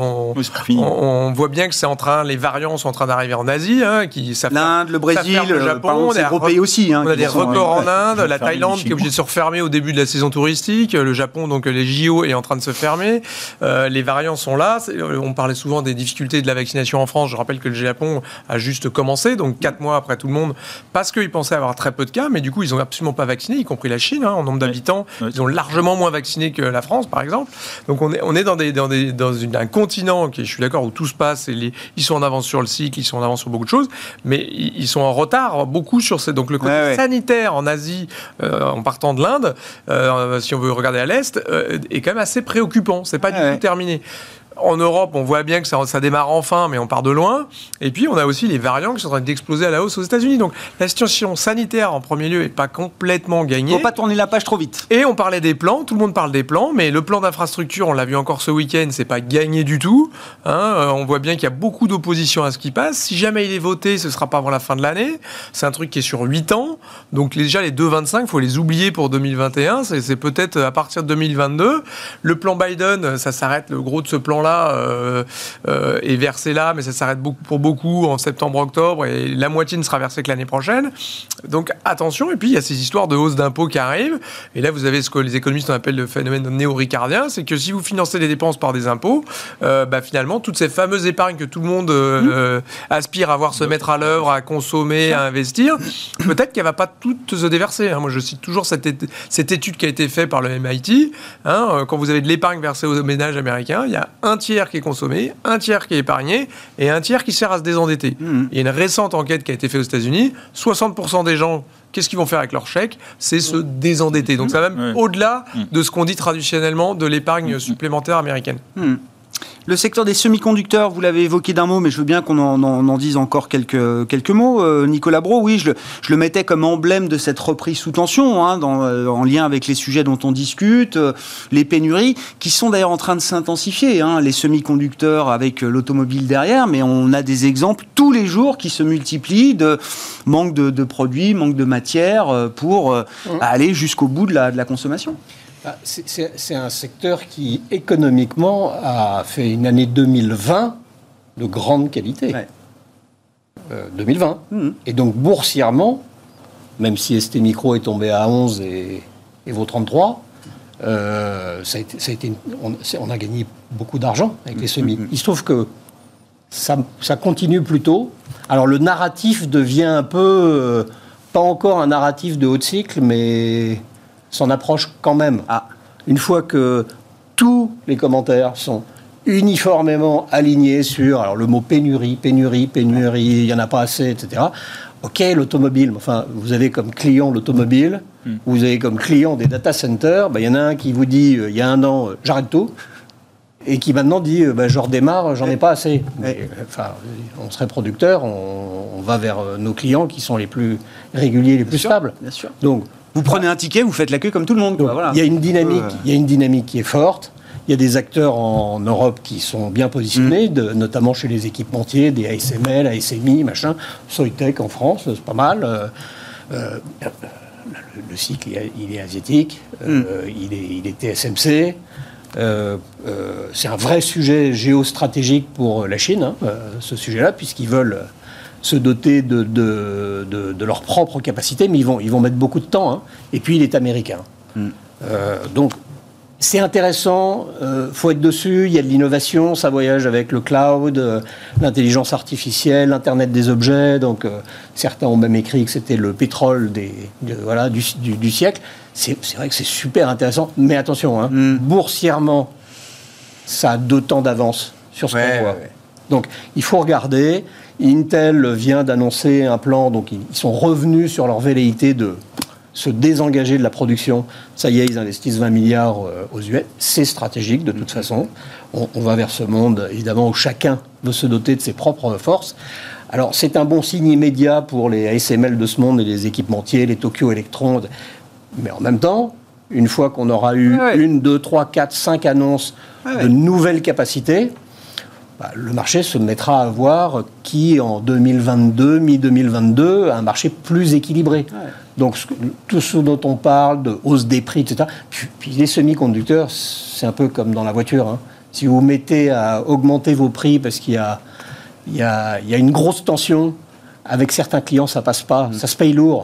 on voit bien que c'est les variants sont en train d'arriver en Asie, l'Inde, le Brésil, le Japon, ces gros pays aussi. On a des records en Inde, la Thaïlande qui est obligée de se refermer au début de la saison touristique, le Japon, donc les JO est en train de se fermer, les variants sont là. On parlait souvent des difficultés de la vaccination en France. Je rappelle que le Japon a juste commencé, donc 4 mois après tout le monde, parce qu'ils pensaient avoir très peu de cas, mais du coup ils n'ont absolument pas vacciné, y compris la Chine, en nombre d'habitants. Ils ont largement moins vacciné que la France, par exemple. Donc on est dans un continent qui, je suis d'accord, où tout se passe, et ils sont en avance sur le cycle, ils sont en avance sur beaucoup de choses, mais ils sont en retard beaucoup sur donc le côté sanitaire en Asie, en partant de l'Inde, si on veut regarder à l'Est, est quand même assez préoccupant. C'est pas du tout terminé. En Europe, on voit bien que ça démarre enfin, mais on part de loin. Et puis, on a aussi les variants qui sont en train d'exploser à la hausse aux États-Unis. Donc, la situation sanitaire, en premier lieu, n'est pas complètement gagnée. Il ne faut pas tourner la page trop vite. Et on parlait des plans. Tout le monde parle des plans. Mais le plan d'infrastructure, on l'a vu encore ce week-end, c'est pas gagné du tout. On voit bien qu'il y a beaucoup d'opposition à ce qui passe. Si jamais il est voté, ce ne sera pas avant la fin de l'année. C'est un truc qui est sur 8 ans. Donc, déjà, les 2,25, il faut les oublier pour 2021. C'est peut-être à partir de 2022. Le plan Biden, ça s'arrête. Le gros de ce plan-là est versé là, mais ça s'arrête pour beaucoup en septembre-octobre, et la moitié ne sera versée que l'année prochaine. Donc attention, et puis il y a ces histoires de hausse d'impôts qui arrivent, et là vous avez ce que les économistes appellent le phénomène néo-ricardien, c'est que si vous financez les dépenses par des impôts, finalement toutes ces fameuses épargnes que tout le monde aspire à voir se mettre à l'œuvre, à consommer, à investir, peut-être qu'elle ne va pas toutes se déverser. Moi je cite toujours cette étude qui a été faite par le MIT, quand vous avez de l'épargne versée aux ménages américains, il y a un tiers qui est consommé, un tiers qui est épargné et un tiers qui sert à se désendetter. Il y a une récente enquête qui a été faite aux États-Unis, 60% des gens, qu'est-ce qu'ils vont faire avec leur chèque? C'est se désendetter. Donc ça va même au-delà de ce qu'on dit traditionnellement de l'épargne supplémentaire américaine. Le secteur des semi-conducteurs, vous l'avez évoqué d'un mot, mais je veux bien qu'on en dise encore quelques mots. Nicolas Brault, oui, je le mettais comme emblème de cette reprise sous tension, en lien avec les sujets dont on discute, les pénuries, qui sont d'ailleurs en train de s'intensifier, les semi-conducteurs avec l'automobile derrière, mais on a des exemples tous les jours qui se multiplient de manque de produits, manque de matière pour aller jusqu'au bout de la consommation. C'est un secteur qui, économiquement, a fait une année 2020 de grande qualité. 2020. Et donc, boursièrement, même si ST Micro est tombé à 11 et vaut 33, on a gagné beaucoup d'argent avec les semis. Il se trouve que ça continue plutôt. Alors, le narratif devient un peu... pas encore un narratif de haut de cycle, mais... s'en approche quand même. Une fois que tous les commentaires sont uniformément alignés sur alors le mot pénurie, il n'y en a pas assez, etc. Ok, l'automobile, enfin, vous avez comme client l'automobile, vous avez comme client des data centers, il y en a un qui vous dit, il y a un an, j'arrête tout, et qui maintenant dit, je redémarre, j'en ai pas assez. Mais, on serait producteur, on va vers nos clients qui sont les plus réguliers, les plus stables. Bien sûr. Donc, vous prenez un ticket, vous faites la queue comme tout le monde. Il y a une dynamique qui est forte. Il y a des acteurs en Europe qui sont bien positionnés, notamment chez les équipementiers, des ASML, ASMI, machin. Soitec en France, c'est pas mal. Le cycle, il est asiatique, il est TSMC. C'est un vrai sujet géostratégique pour la Chine, ce sujet-là, puisqu'ils veulent se doter de leur propre capacité, mais ils vont mettre beaucoup de temps. Et puis, il est américain. Donc, c'est intéressant, faut être dessus, il y a de l'innovation, ça voyage avec le cloud, l'intelligence artificielle, l'Internet des objets, donc certains ont même écrit que c'était le pétrole du siècle. C'est vrai que c'est super intéressant, mais attention, boursièrement, ça a 2 temps d'avance sur ce qu'on voit. Donc, il faut regarder. Intel vient d'annoncer un plan, donc ils sont revenus sur leur velléité de se désengager de la production. Ça y est, ils investissent 20 milliards aux US. C'est stratégique de toute façon. On va vers ce monde, évidemment, où chacun veut se doter de ses propres forces. Alors, c'est un bon signe immédiat pour les ASML de ce monde et les équipementiers, les Tokyo Electron. Mais en même temps, une fois qu'on aura eu 1, 2, 3, 4, 5 annonces de nouvelles capacités, le marché se mettra à voir qui, en 2022, mi-2022, a un marché plus équilibré. Donc, tout ce dont on parle, de hausse des prix, etc. Puis les semi-conducteurs, c'est un peu comme dans la voiture. Hein. Si vous mettez à augmenter vos prix parce qu'il y a une grosse tension, avec certains clients, ça passe pas. Ça se paye lourd.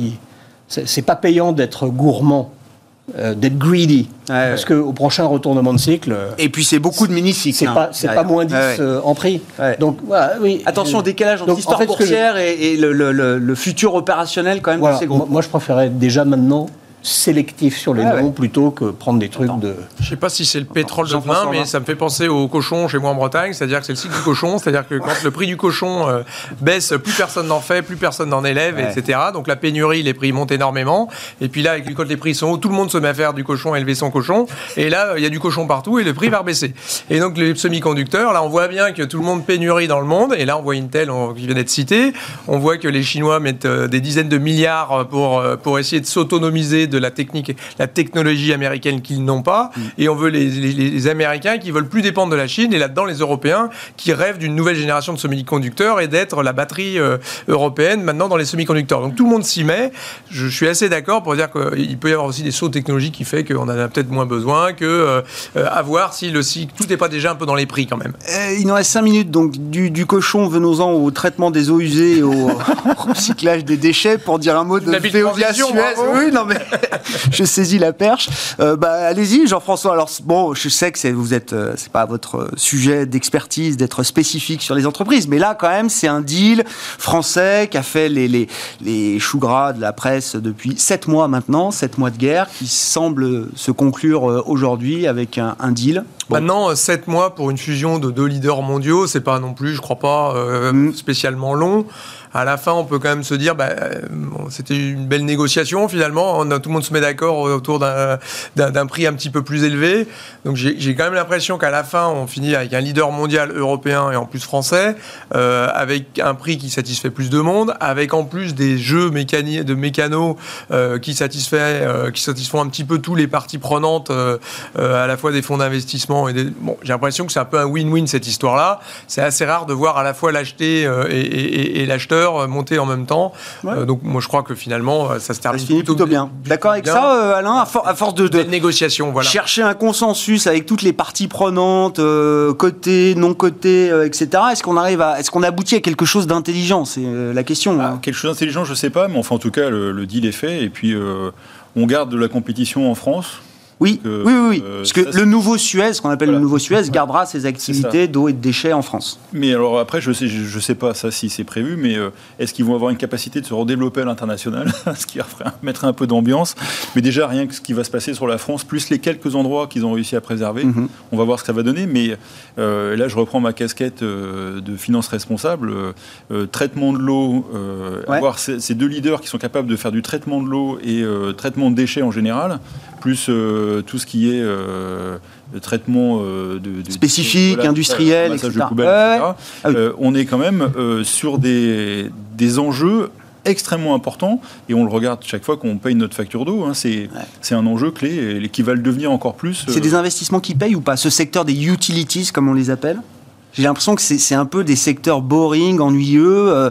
C'est pas payant d'être gourmand. D'être greedy, parce qu'au prochain retournement de cycle... Et puis c'est beaucoup de mini-cycles. C'est pas moins 10 en prix. Donc, voilà, oui. Attention au décalage entre l'histoire boursière et le futur opérationnel quand même de ces groupes. Moi je préférais déjà maintenant sélectif sur les noms plutôt que prendre des trucs de... Je ne sais pas si c'est le pétrole de demain, mais ça me fait penser au cochon chez moi en Bretagne, c'est-à-dire que c'est le cycle du cochon, c'est-à-dire que quand le prix du cochon baisse, plus personne n'en fait, plus personne n'en élève, etc. Donc la pénurie, les prix montent énormément, et puis là, quand les prix sont hauts, tout le monde se met à faire du cochon, à élever son cochon, et là, il y a du cochon partout, et le prix va rebaisser. Et donc les semi-conducteurs, là, on voit bien que tout le monde pénurie dans le monde, et là, on voit Intel qui vient d'être cité, on voit que les Chinois mettent des dizaines de milliards pour essayer de s'autonomiser de la technologie américaine qu'ils n'ont pas, et on veut les Américains qui veulent plus dépendre de la Chine, et là-dedans les Européens qui rêvent d'une nouvelle génération de semi-conducteurs et d'être la batterie européenne maintenant dans les semi-conducteurs. Donc tout le monde s'y met. Je suis assez d'accord pour dire qu'il peut y avoir aussi des sauts technologiques qui fait qu'on en a peut-être moins besoin que à voir si tout n'est pas déjà un peu dans les prix quand même. Il nous reste 5 minutes, donc du cochon, venons-en au traitement des eaux usées, au recyclage des déchets, pour dire un mot de Veolia Suez. Oui, non mais je saisis la perche. Allez-y, Jean-François. Alors bon, je sais que c'est pas votre sujet d'expertise d'être spécifique sur les entreprises, mais là quand même c'est un deal français qui a fait les choux gras de la presse depuis 7 mois maintenant, 7 mois de guerre, qui semble se conclure aujourd'hui avec un deal. Bon. Maintenant, 7 mois pour une fusion de 2 leaders mondiaux, c'est pas non plus, je crois pas, spécialement long. À la fin, on peut quand même se dire, c'était une belle négociation finalement. Tout le monde se met d'accord autour d'un prix un petit peu plus élevé. Donc j'ai quand même l'impression qu'à la fin, on finit avec un leader mondial européen et en plus français, avec un prix qui satisfait plus de monde, avec en plus des jeux de mécanos qui satisfont un petit peu tous les parties prenantes, à la fois des fonds d'investissement et j'ai l'impression que c'est un peu un win-win cette histoire-là. C'est assez rare de voir à la fois l'acheter et l'acheteur monter en même temps. Donc moi je crois que finalement ça se termine plutôt bien. D'accord avec ça, Alain, à force de négociation, voilà. Chercher un consensus avec toutes les parties prenantes, côté, non côté, etc. Est-ce qu'on aboutit à quelque chose d'intelligent? C'est la question. Quelque chose d'intelligent, je sais pas, mais enfin en tout cas le deal est fait, et puis on garde de la compétition en France. Oui. Parce que le nouveau Suez, ce qu'on appelle le nouveau Suez, gardera ses activités d'eau et de déchets en France. Mais alors après, je sais pas ça si c'est prévu, mais est-ce qu'ils vont avoir une capacité de se redévelopper à l'international, ce qui mettrait un peu d'ambiance. Mais déjà, rien que ce qui va se passer sur la France, plus les quelques endroits qu'ils ont réussi à préserver, on va voir ce que ça va donner. Mais là, je reprends ma casquette de finance responsable. Traitement de l'eau, avoir ces 2 leaders qui sont capables de faire du traitement de l'eau et traitement de déchets en général, plus tout ce qui est traitement spécifique, industriel, etc. De poubelle, etc. On est quand même sur des enjeux extrêmement importants, et on le regarde chaque fois qu'on paye notre facture d'eau. C'est un enjeu clé et qui va le devenir encore plus. C'est des investissements qui payent ou pas? Ce secteur des utilities, comme on les appelle? J'ai l'impression que c'est un peu des secteurs boring, ennuyeux,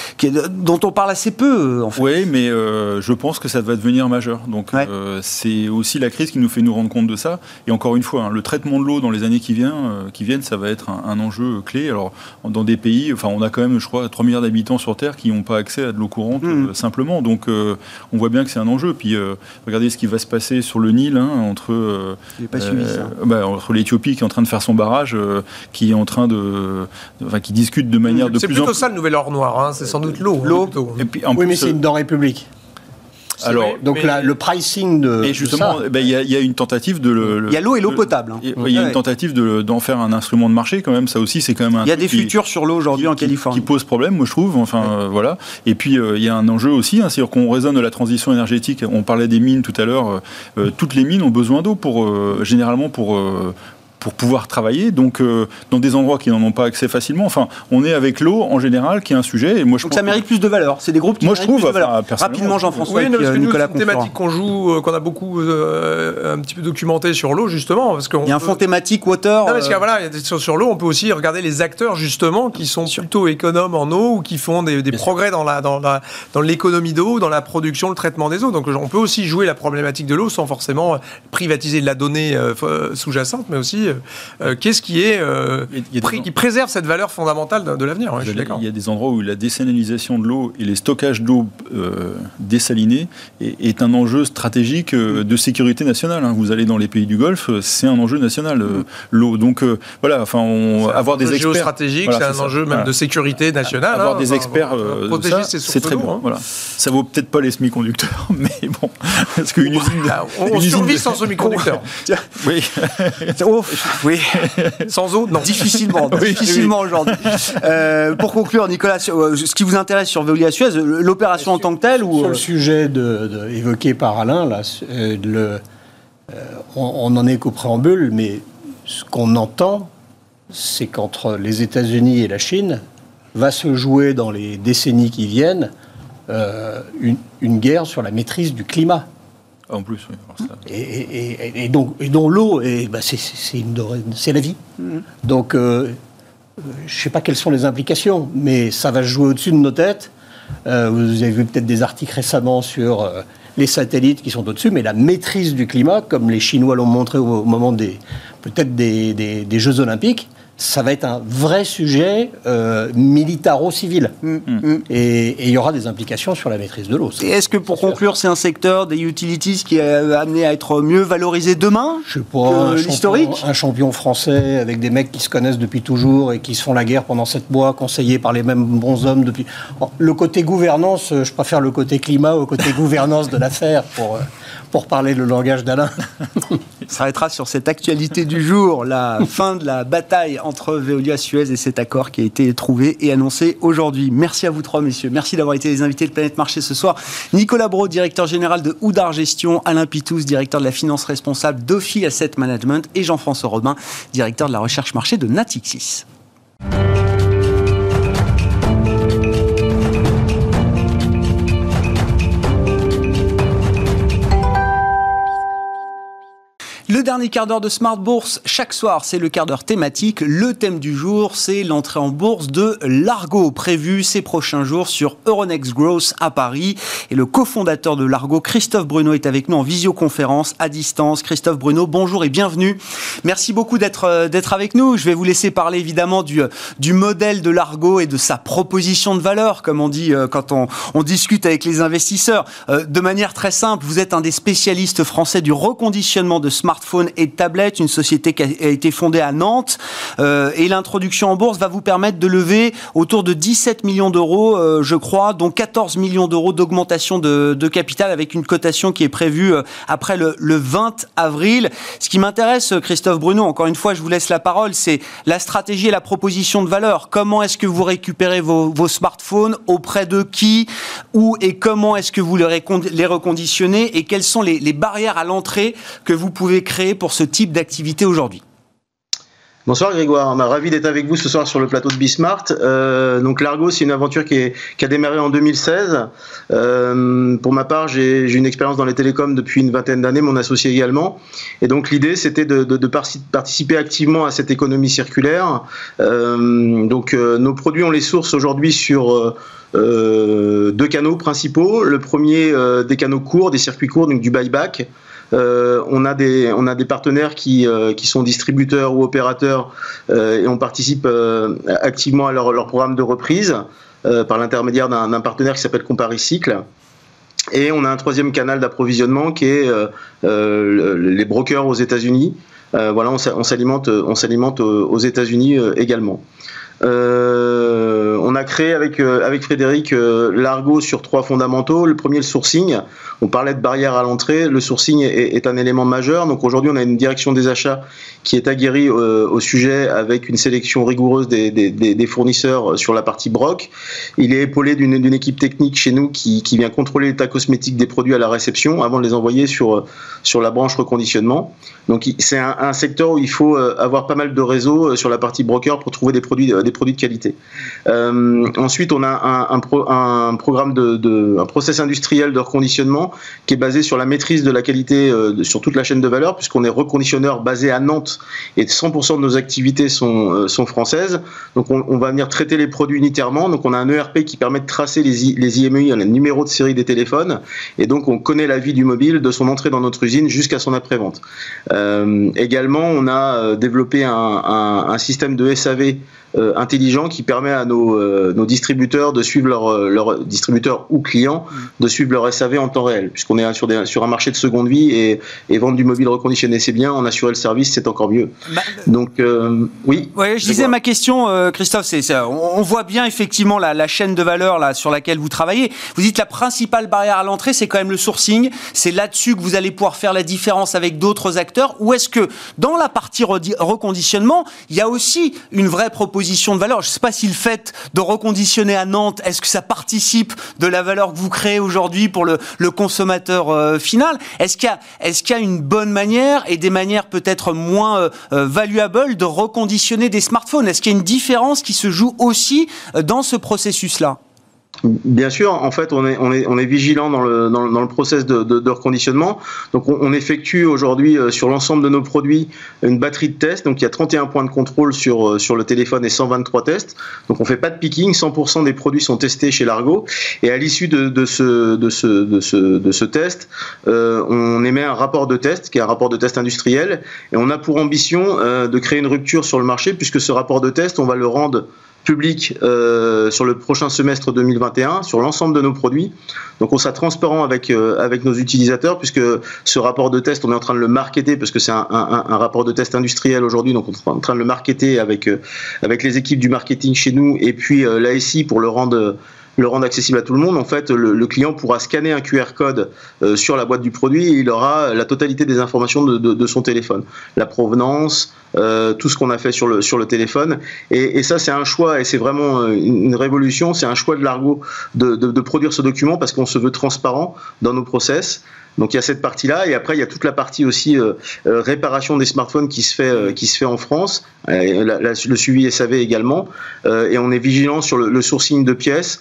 dont on parle assez peu, en fait. Oui, mais je pense que ça va devenir majeur. Donc, c'est aussi la crise qui nous fait nous rendre compte de ça. Et encore une fois, le traitement de l'eau dans les années qui viennent, ça va être un enjeu clé. Alors, dans des pays, on a quand même, je crois, 3 milliards d'habitants sur Terre qui n'ont pas accès à de l'eau courante simplement. Donc, on voit bien que c'est un enjeu. Puis, regardez ce qui va se passer sur le Nil, entre l'Éthiopie qui est en train de faire son barrage, qui est en train qui discute de manière de plus en plus... C'est plutôt ça le nouvel or noir, c'est sans doute l'eau. Et puis, mais c'est une denrée publique. Alors, donc le pricing de et justement, il y a une tentative de il y a l'eau et l'eau potable. Il y a une tentative d'en faire un instrument de marché quand même. Ça aussi, c'est quand même il y a des futurs sur l'eau aujourd'hui en Californie qui pose problème, moi je trouve. Enfin voilà. Et puis il y a un enjeu aussi, c'est-à-dire qu'on raisonne de la transition énergétique. On parlait des mines tout à l'heure. Toutes les mines ont besoin d'eau généralement pour pouvoir travailler, donc dans des endroits qui n'en ont pas accès facilement. Enfin, on est avec l'eau en général, qui est un sujet. Et moi, donc ça mérite plus de valeur. C'est des groupes qui méritent plus de valeur. Rapidement, Jean-François. Oui, parce que nous, c'est une thématique qu'on a beaucoup un petit peu documenté sur l'eau, justement. Parce il y a un fonds thématique water. Non, parce que voilà, sur l'eau, on peut aussi regarder les acteurs, justement, qui sont plutôt économes en eau ou qui font des progrès dans l'économie d'eau, dans la production, le traitement des eaux. Donc on peut aussi jouer la problématique de l'eau sans forcément privatiser de la donnée sous-jacente, mais aussi qu'est-ce qui qui préserve cette valeur fondamentale de l'avenir. Ouais, je suis d'accord. Il y a des endroits où la désalination de l'eau et les stockages d'eau dessalinée est un enjeu stratégique de sécurité nationale. Vous allez dans les pays du Golfe, c'est un enjeu national, l'eau. Donc voilà, avoir des experts géostratégique, voilà, c'est un enjeu même de sécurité nationale. Avoir des experts, protéger ces sources c'est très bon. Voilà. Ça vaut peut-être pas les semi-conducteurs, mais bon, parce qu'une usine, on survit sans semi-conducteurs. Oui. Oui. Sans eau, non. Difficilement aujourd'hui. Pour conclure, Nicolas, ce qui vous intéresse sur Veolia-Suez, l'opération en tant que telle ou sur le sujet évoqué par Alain, là, on n'en est qu'au préambule, mais ce qu'on entend, c'est qu'entre les États-Unis et la Chine va se jouer dans les décennies qui viennent une guerre sur la maîtrise du climat. En plus, oui. Et donc l'eau, c'est la vie. Donc, je ne sais pas quelles sont les implications, mais ça va se jouer au-dessus de nos têtes. Vous avez vu peut-être des articles récemment sur les satellites qui sont au-dessus, mais la maîtrise du climat, comme les Chinois l'ont montré au moment des Jeux Olympiques, ça va être un vrai sujet militaro-civil. Et il y aura des implications sur la maîtrise de l'eau. Et est-ce que, pour conclure, c'est un secteur des utilities qui est amené à être mieux valorisé demain que l'historique ? Un champion français avec des mecs qui se connaissent depuis toujours et qui se font la guerre pendant 7 mois, conseillés par les mêmes bons hommes depuis... Le côté gouvernance, je préfère le côté climat au côté gouvernance de l'affaire pour parler le langage d'Alain. On s'arrêtera sur cette actualité du jour, la fin de la bataille entre Veolia-Suez et cet accord qui a été trouvé et annoncé aujourd'hui. Merci à vous trois, messieurs. Merci d'avoir été les invités de Planète Marché ce soir. Nicolas Brault, directeur général de Oudart Gestion, Alain Pitous, directeur de la finance responsable d'Ophi Asset Management et Jean-François Robin, directeur de la recherche marché de Natixis. Le dernier quart d'heure de Smart Bourse, chaque soir, c'est le quart d'heure thématique. Le thème du jour, c'est l'entrée en bourse de Largo, prévue ces prochains jours sur Euronext Growth à Paris. Et le cofondateur de Largo, Christophe Bruno, est avec nous en visioconférence à distance. Christophe Bruno, bonjour et bienvenue. Merci beaucoup d'être avec nous. Je vais vous laisser parler évidemment du modèle de Largo et de sa proposition de valeur, comme on dit quand on discute avec les investisseurs. De manière très simple, vous êtes un des spécialistes français du reconditionnement de smartphones et de tablettes, une société qui a été fondée à Nantes. Et l'introduction en bourse va vous permettre de lever autour de 17 millions d'euros, je crois, dont 14 millions d'euros d'augmentation de capital avec une cotation qui est prévue après le 20 avril. Ce qui m'intéresse, Christophe Bruno, encore une fois, je vous laisse la parole, c'est la stratégie et la proposition de valeur. Comment est-ce que vous récupérez vos smartphones, auprès de qui, où et comment est-ce que vous les reconditionnez et quelles sont les barrières à l'entrée que vous pouvez créer pour ce type d'activité aujourd'hui? Bonsoir Grégoire, ravi d'être avec vous ce soir sur le plateau de Bismart. Donc Largo, c'est une aventure qui a démarré en 2016. Pour ma part, j'ai une expérience dans les télécoms depuis une vingtaine d'années, mon associé également. Et donc l'idée, c'était de participer activement à cette économie circulaire. Nos produits, on les source aujourd'hui sur 2 canaux principaux. Le premier, des canaux courts, des circuits courts, donc du buyback. On a des partenaires qui sont distributeurs ou opérateurs et on participe activement à leur programme de reprise par l'intermédiaire d'un partenaire qui s'appelle Comparicycle. Et on a un troisième canal d'approvisionnement qui est les brokers aux États-Unis. On s'alimente aux États-Unis également. On On a créé avec Frédéric Largo sur 3 fondamentaux. Le premier, le sourcing. On parlait de barrières à l'entrée. Le sourcing est un élément majeur. Donc aujourd'hui, on a une direction des achats qui est aguerrie au sujet avec une sélection rigoureuse des fournisseurs sur la partie broc. Il est épaulé d'une équipe technique chez nous qui vient contrôler l'état cosmétique des produits à la réception avant de les envoyer sur la branche reconditionnement. Donc c'est un secteur où il faut avoir pas mal de réseaux sur la partie broker pour trouver des produits de qualité. Ensuite, on a un programme un process industriel de reconditionnement qui est basé sur la maîtrise de la qualité sur toute la chaîne de valeur, puisqu'on est reconditionneur basé à Nantes et 100% de nos activités sont françaises. Donc on va venir traiter les produits unitairement. Donc on a un ERP qui permet de tracer les IMEI, les numéros de série des téléphones, et donc on connaît la vie du mobile de son entrée dans notre usine jusqu'à son après-vente. Également, on a développé un système de SAV intelligent qui permet à nos distributeurs de suivre leurs distributeurs ou clients de suivre leur SAV en temps réel, puisqu'on est sur un marché de seconde vie et vendre du mobile reconditionné c'est bien, en assurer le service c'est encore mieux. Donc oui. Ouais, je disais ma question, Christophe, on voit bien effectivement la chaîne de valeur là sur laquelle vous travaillez. Vous dites la principale barrière à l'entrée c'est quand même le sourcing. C'est là-dessus que vous allez pouvoir faire la différence avec d'autres acteurs. Ou est-ce que dans la partie reconditionnement il y a aussi une vraie proposition de valeur? Je ne sais pas si le fait de reconditionner à Nantes, est-ce que ça participe de la valeur que vous créez aujourd'hui pour le consommateur final? Est-ce qu'il y a une bonne manière et des manières peut-être moins valuables de reconditionner des smartphones? Est-ce qu'il y a une différence qui se joue aussi dans ce processus-là? Bien sûr, en fait, on est vigilant dans le process de reconditionnement. Donc, on effectue aujourd'hui sur l'ensemble de nos produits une batterie de tests. Donc, il y a 31 points de contrôle sur le téléphone et 123 tests. Donc, on fait pas de picking. 100% des produits sont testés chez Largo. Et à l'issue de ce test, on émet un rapport de test, qui est un rapport de test industriel. Et on a pour ambition de créer une rupture sur le marché, puisque ce rapport de test, on va le rendre public sur le prochain semestre 2021 sur l'ensemble de nos produits. Donc on sera transparent avec nos utilisateurs, puisque ce rapport de test, on est en train de le marketer, parce que c'est un rapport de test industriel aujourd'hui, donc on est en train de le marketer avec les équipes du marketing chez nous, et puis l'ASI pour le rendre accessible à tout le monde. En fait, le client pourra scanner un QR code sur la boîte du produit et il aura la totalité des informations de son téléphone, la provenance, tout ce qu'on a fait sur le téléphone. Et ça, c'est un choix, et c'est vraiment une révolution. C'est un choix de Largo de produire ce document, parce qu'on se veut transparent dans nos process. Donc il y a cette partie-là, et après il y a toute la partie aussi réparation des smartphones qui se fait en France, le suivi SAV également, et on est vigilant sur le sourcing de pièces,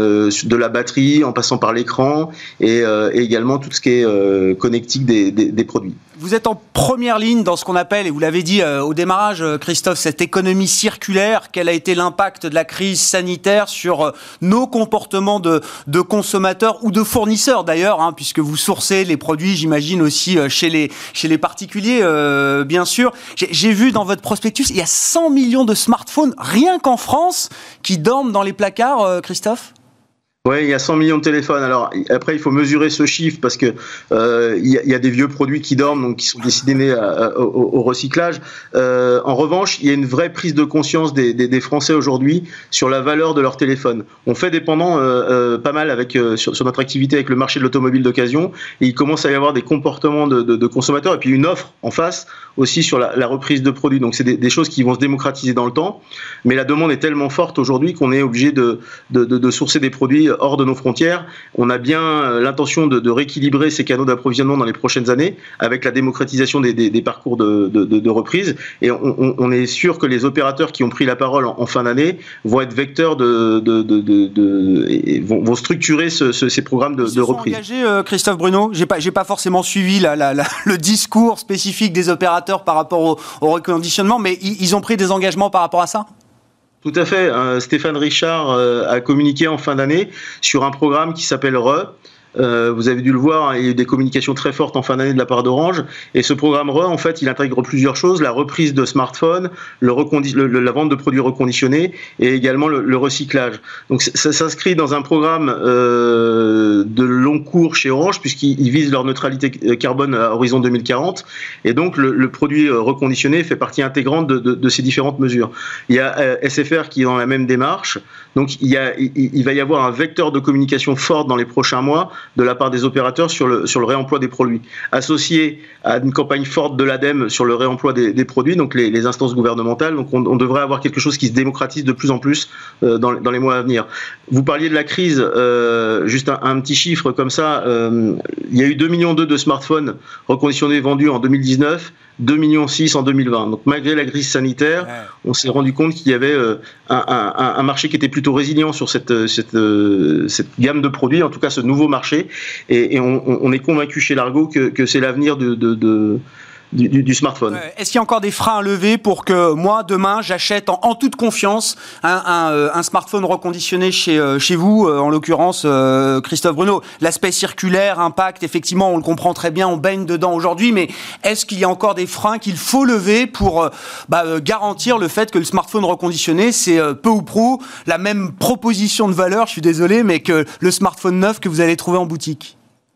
de la batterie en passant par l'écran, et également tout ce qui est connectique des produits. Vous êtes en première ligne dans ce qu'on appelle, et vous l'avez dit au démarrage, Christophe, cette économie circulaire. Quel a été l'impact de la crise sanitaire sur nos comportements de consommateurs ou de fournisseurs d'ailleurs, puisque vous sourcez les produits, j'imagine aussi chez les particuliers, bien sûr. J'ai vu dans votre prospectus, il y a 100 millions de smartphones rien qu'en France qui dorment dans les placards, Christophe? Oui, il y a 100 millions de téléphones. Alors après, il faut mesurer ce chiffre, parce que il y a des vieux produits qui dorment, donc qui sont destinés au recyclage. En revanche, il y a une vraie prise de conscience des Français aujourd'hui sur la valeur de leur téléphone. On fait dépendant pas mal sur notre activité avec le marché de l'automobile d'occasion, et il commence à y avoir des comportements de consommateurs, et puis une offre en face aussi sur la reprise de produits. Donc c'est des choses qui vont se démocratiser dans le temps, mais la demande est tellement forte aujourd'hui qu'on est obligé de sourcer des produits hors de nos frontières. On a bien l'intention de rééquilibrer ces canaux d'approvisionnement dans les prochaines années avec la démocratisation des parcours de reprise, et on est sûr que les opérateurs qui ont pris la parole en fin d'année vont être vecteurs vont structurer ces programmes de reprise. Ils se sont engagés, Christophe Bruno. J'ai pas forcément suivi le discours spécifique des opérateurs par rapport au reconditionnement, mais ils ont pris des engagements par rapport à ça? Tout à fait. Stéphane Richard a communiqué en fin d'année sur un programme qui s'appelle RE, Vous avez dû le voir, il y a eu des communications très fortes en fin d'année de la part d'Orange. Et ce programme RE, en fait, il intègre plusieurs choses, la reprise de smartphones, la vente de produits reconditionnés et également le recyclage. Donc ça s'inscrit dans un programme de long cours chez Orange, puisqu'ils visent leur neutralité carbone à horizon 2040. Et donc le produit reconditionné fait partie intégrante de ces différentes mesures. Il y a SFR qui est dans la même démarche. Donc il va y avoir un vecteur de communication fort dans les prochains mois de la part des opérateurs sur le réemploi des produits, associé à une campagne forte de l'ADEME sur le réemploi des produits, donc les instances gouvernementales. Donc on devrait avoir quelque chose qui se démocratise de plus en plus dans les mois à venir. Vous parliez de la crise, juste un petit chiffre comme ça, il y a eu 2,2 millions de smartphones reconditionnés vendus en 2019, 2,6 millions en 2020. Donc malgré la crise sanitaire, on s'est rendu compte qu'il y avait un marché qui était plutôt résilient sur cette gamme de produits, en tout cas ce nouveau marché, et on est convaincu chez Largo que c'est l'avenir du smartphone. Est-ce qu'il y a encore des freins à lever pour que moi, demain, j'achète en toute confiance un smartphone reconditionné chez vous, en l'occurrence Christophe Bruno? L'aspect circulaire, impact, effectivement, on le comprend très bien, on baigne dedans aujourd'hui, mais est-ce qu'il y a encore des freins qu'il faut lever pour garantir le fait que le smartphone reconditionné, c'est peu ou prou la même proposition de valeur, je suis désolé, mais que le smartphone neuf que vous allez trouver en boutique?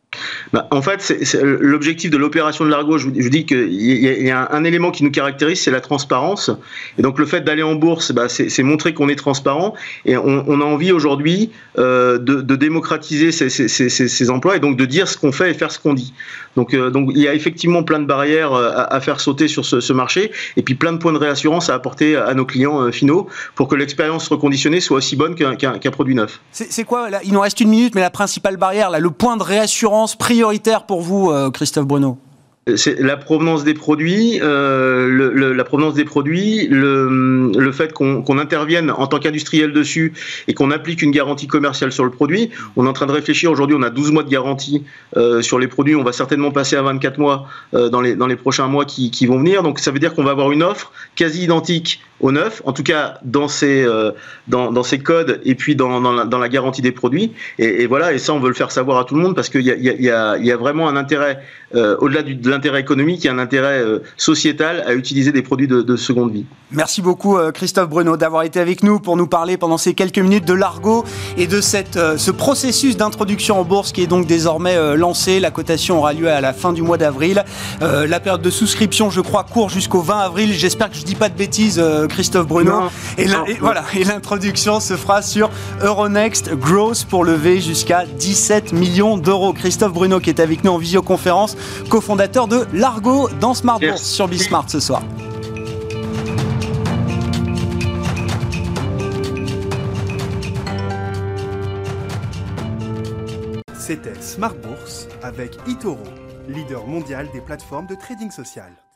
En fait, c'est l'objectif de l'opération de Largo. Je vous dis qu'il y a un élément qui nous caractérise, c'est la transparence. Et donc le fait d'aller en bourse, c'est montrer qu'on est transparent. Et on a envie aujourd'hui de démocratiser ces emplois et donc de dire ce qu'on fait et faire ce qu'on dit. Donc il y a effectivement plein de barrières à faire sauter sur ce marché, et puis plein de points de réassurance à apporter à nos clients finaux pour que l'expérience reconditionnée soit aussi bonne qu'un produit neuf. C'est quoi là? Il nous reste 1 minute, mais la principale barrière, là, le point de réassurance prioritaire pour vous, Christophe Bruno? C'est la provenance des produits, la provenance des produits, le fait qu'on intervienne en tant qu'industriel dessus et qu'on applique une garantie commerciale sur le produit. On est en train de réfléchir, aujourd'hui on a 12 mois de garantie sur les produits, on va certainement passer à 24 mois dans les prochains mois qui vont venir. Donc ça veut dire qu'on va avoir une offre quasi identique au neuf, en tout cas dans ses codes et puis dans la garantie des produits. Et voilà, et ça on veut le faire savoir à tout le monde parce qu'il y a vraiment un intérêt, au-delà de l'intérêt économique, il y a un intérêt sociétal à utiliser des produits de seconde vie. Merci beaucoup Christophe Bruno d'avoir été avec nous pour nous parler pendant ces quelques minutes de Largo et de ce processus d'introduction en bourse qui est donc désormais lancé. La cotation aura lieu à la fin du mois d'avril. La période de souscription, je crois, court jusqu'au 20 avril. J'espère que je ne dis pas de bêtises, Christophe Bruno. Et l'introduction se fera sur Euronext Growth pour lever jusqu'à 17 millions d'euros. Christophe Bruno qui est avec nous en visioconférence, cofondateur de Largo dans Smart Bourse sur Bismart ce soir. C'était Smart Bourse avec eToro, leader mondial des plateformes de trading social.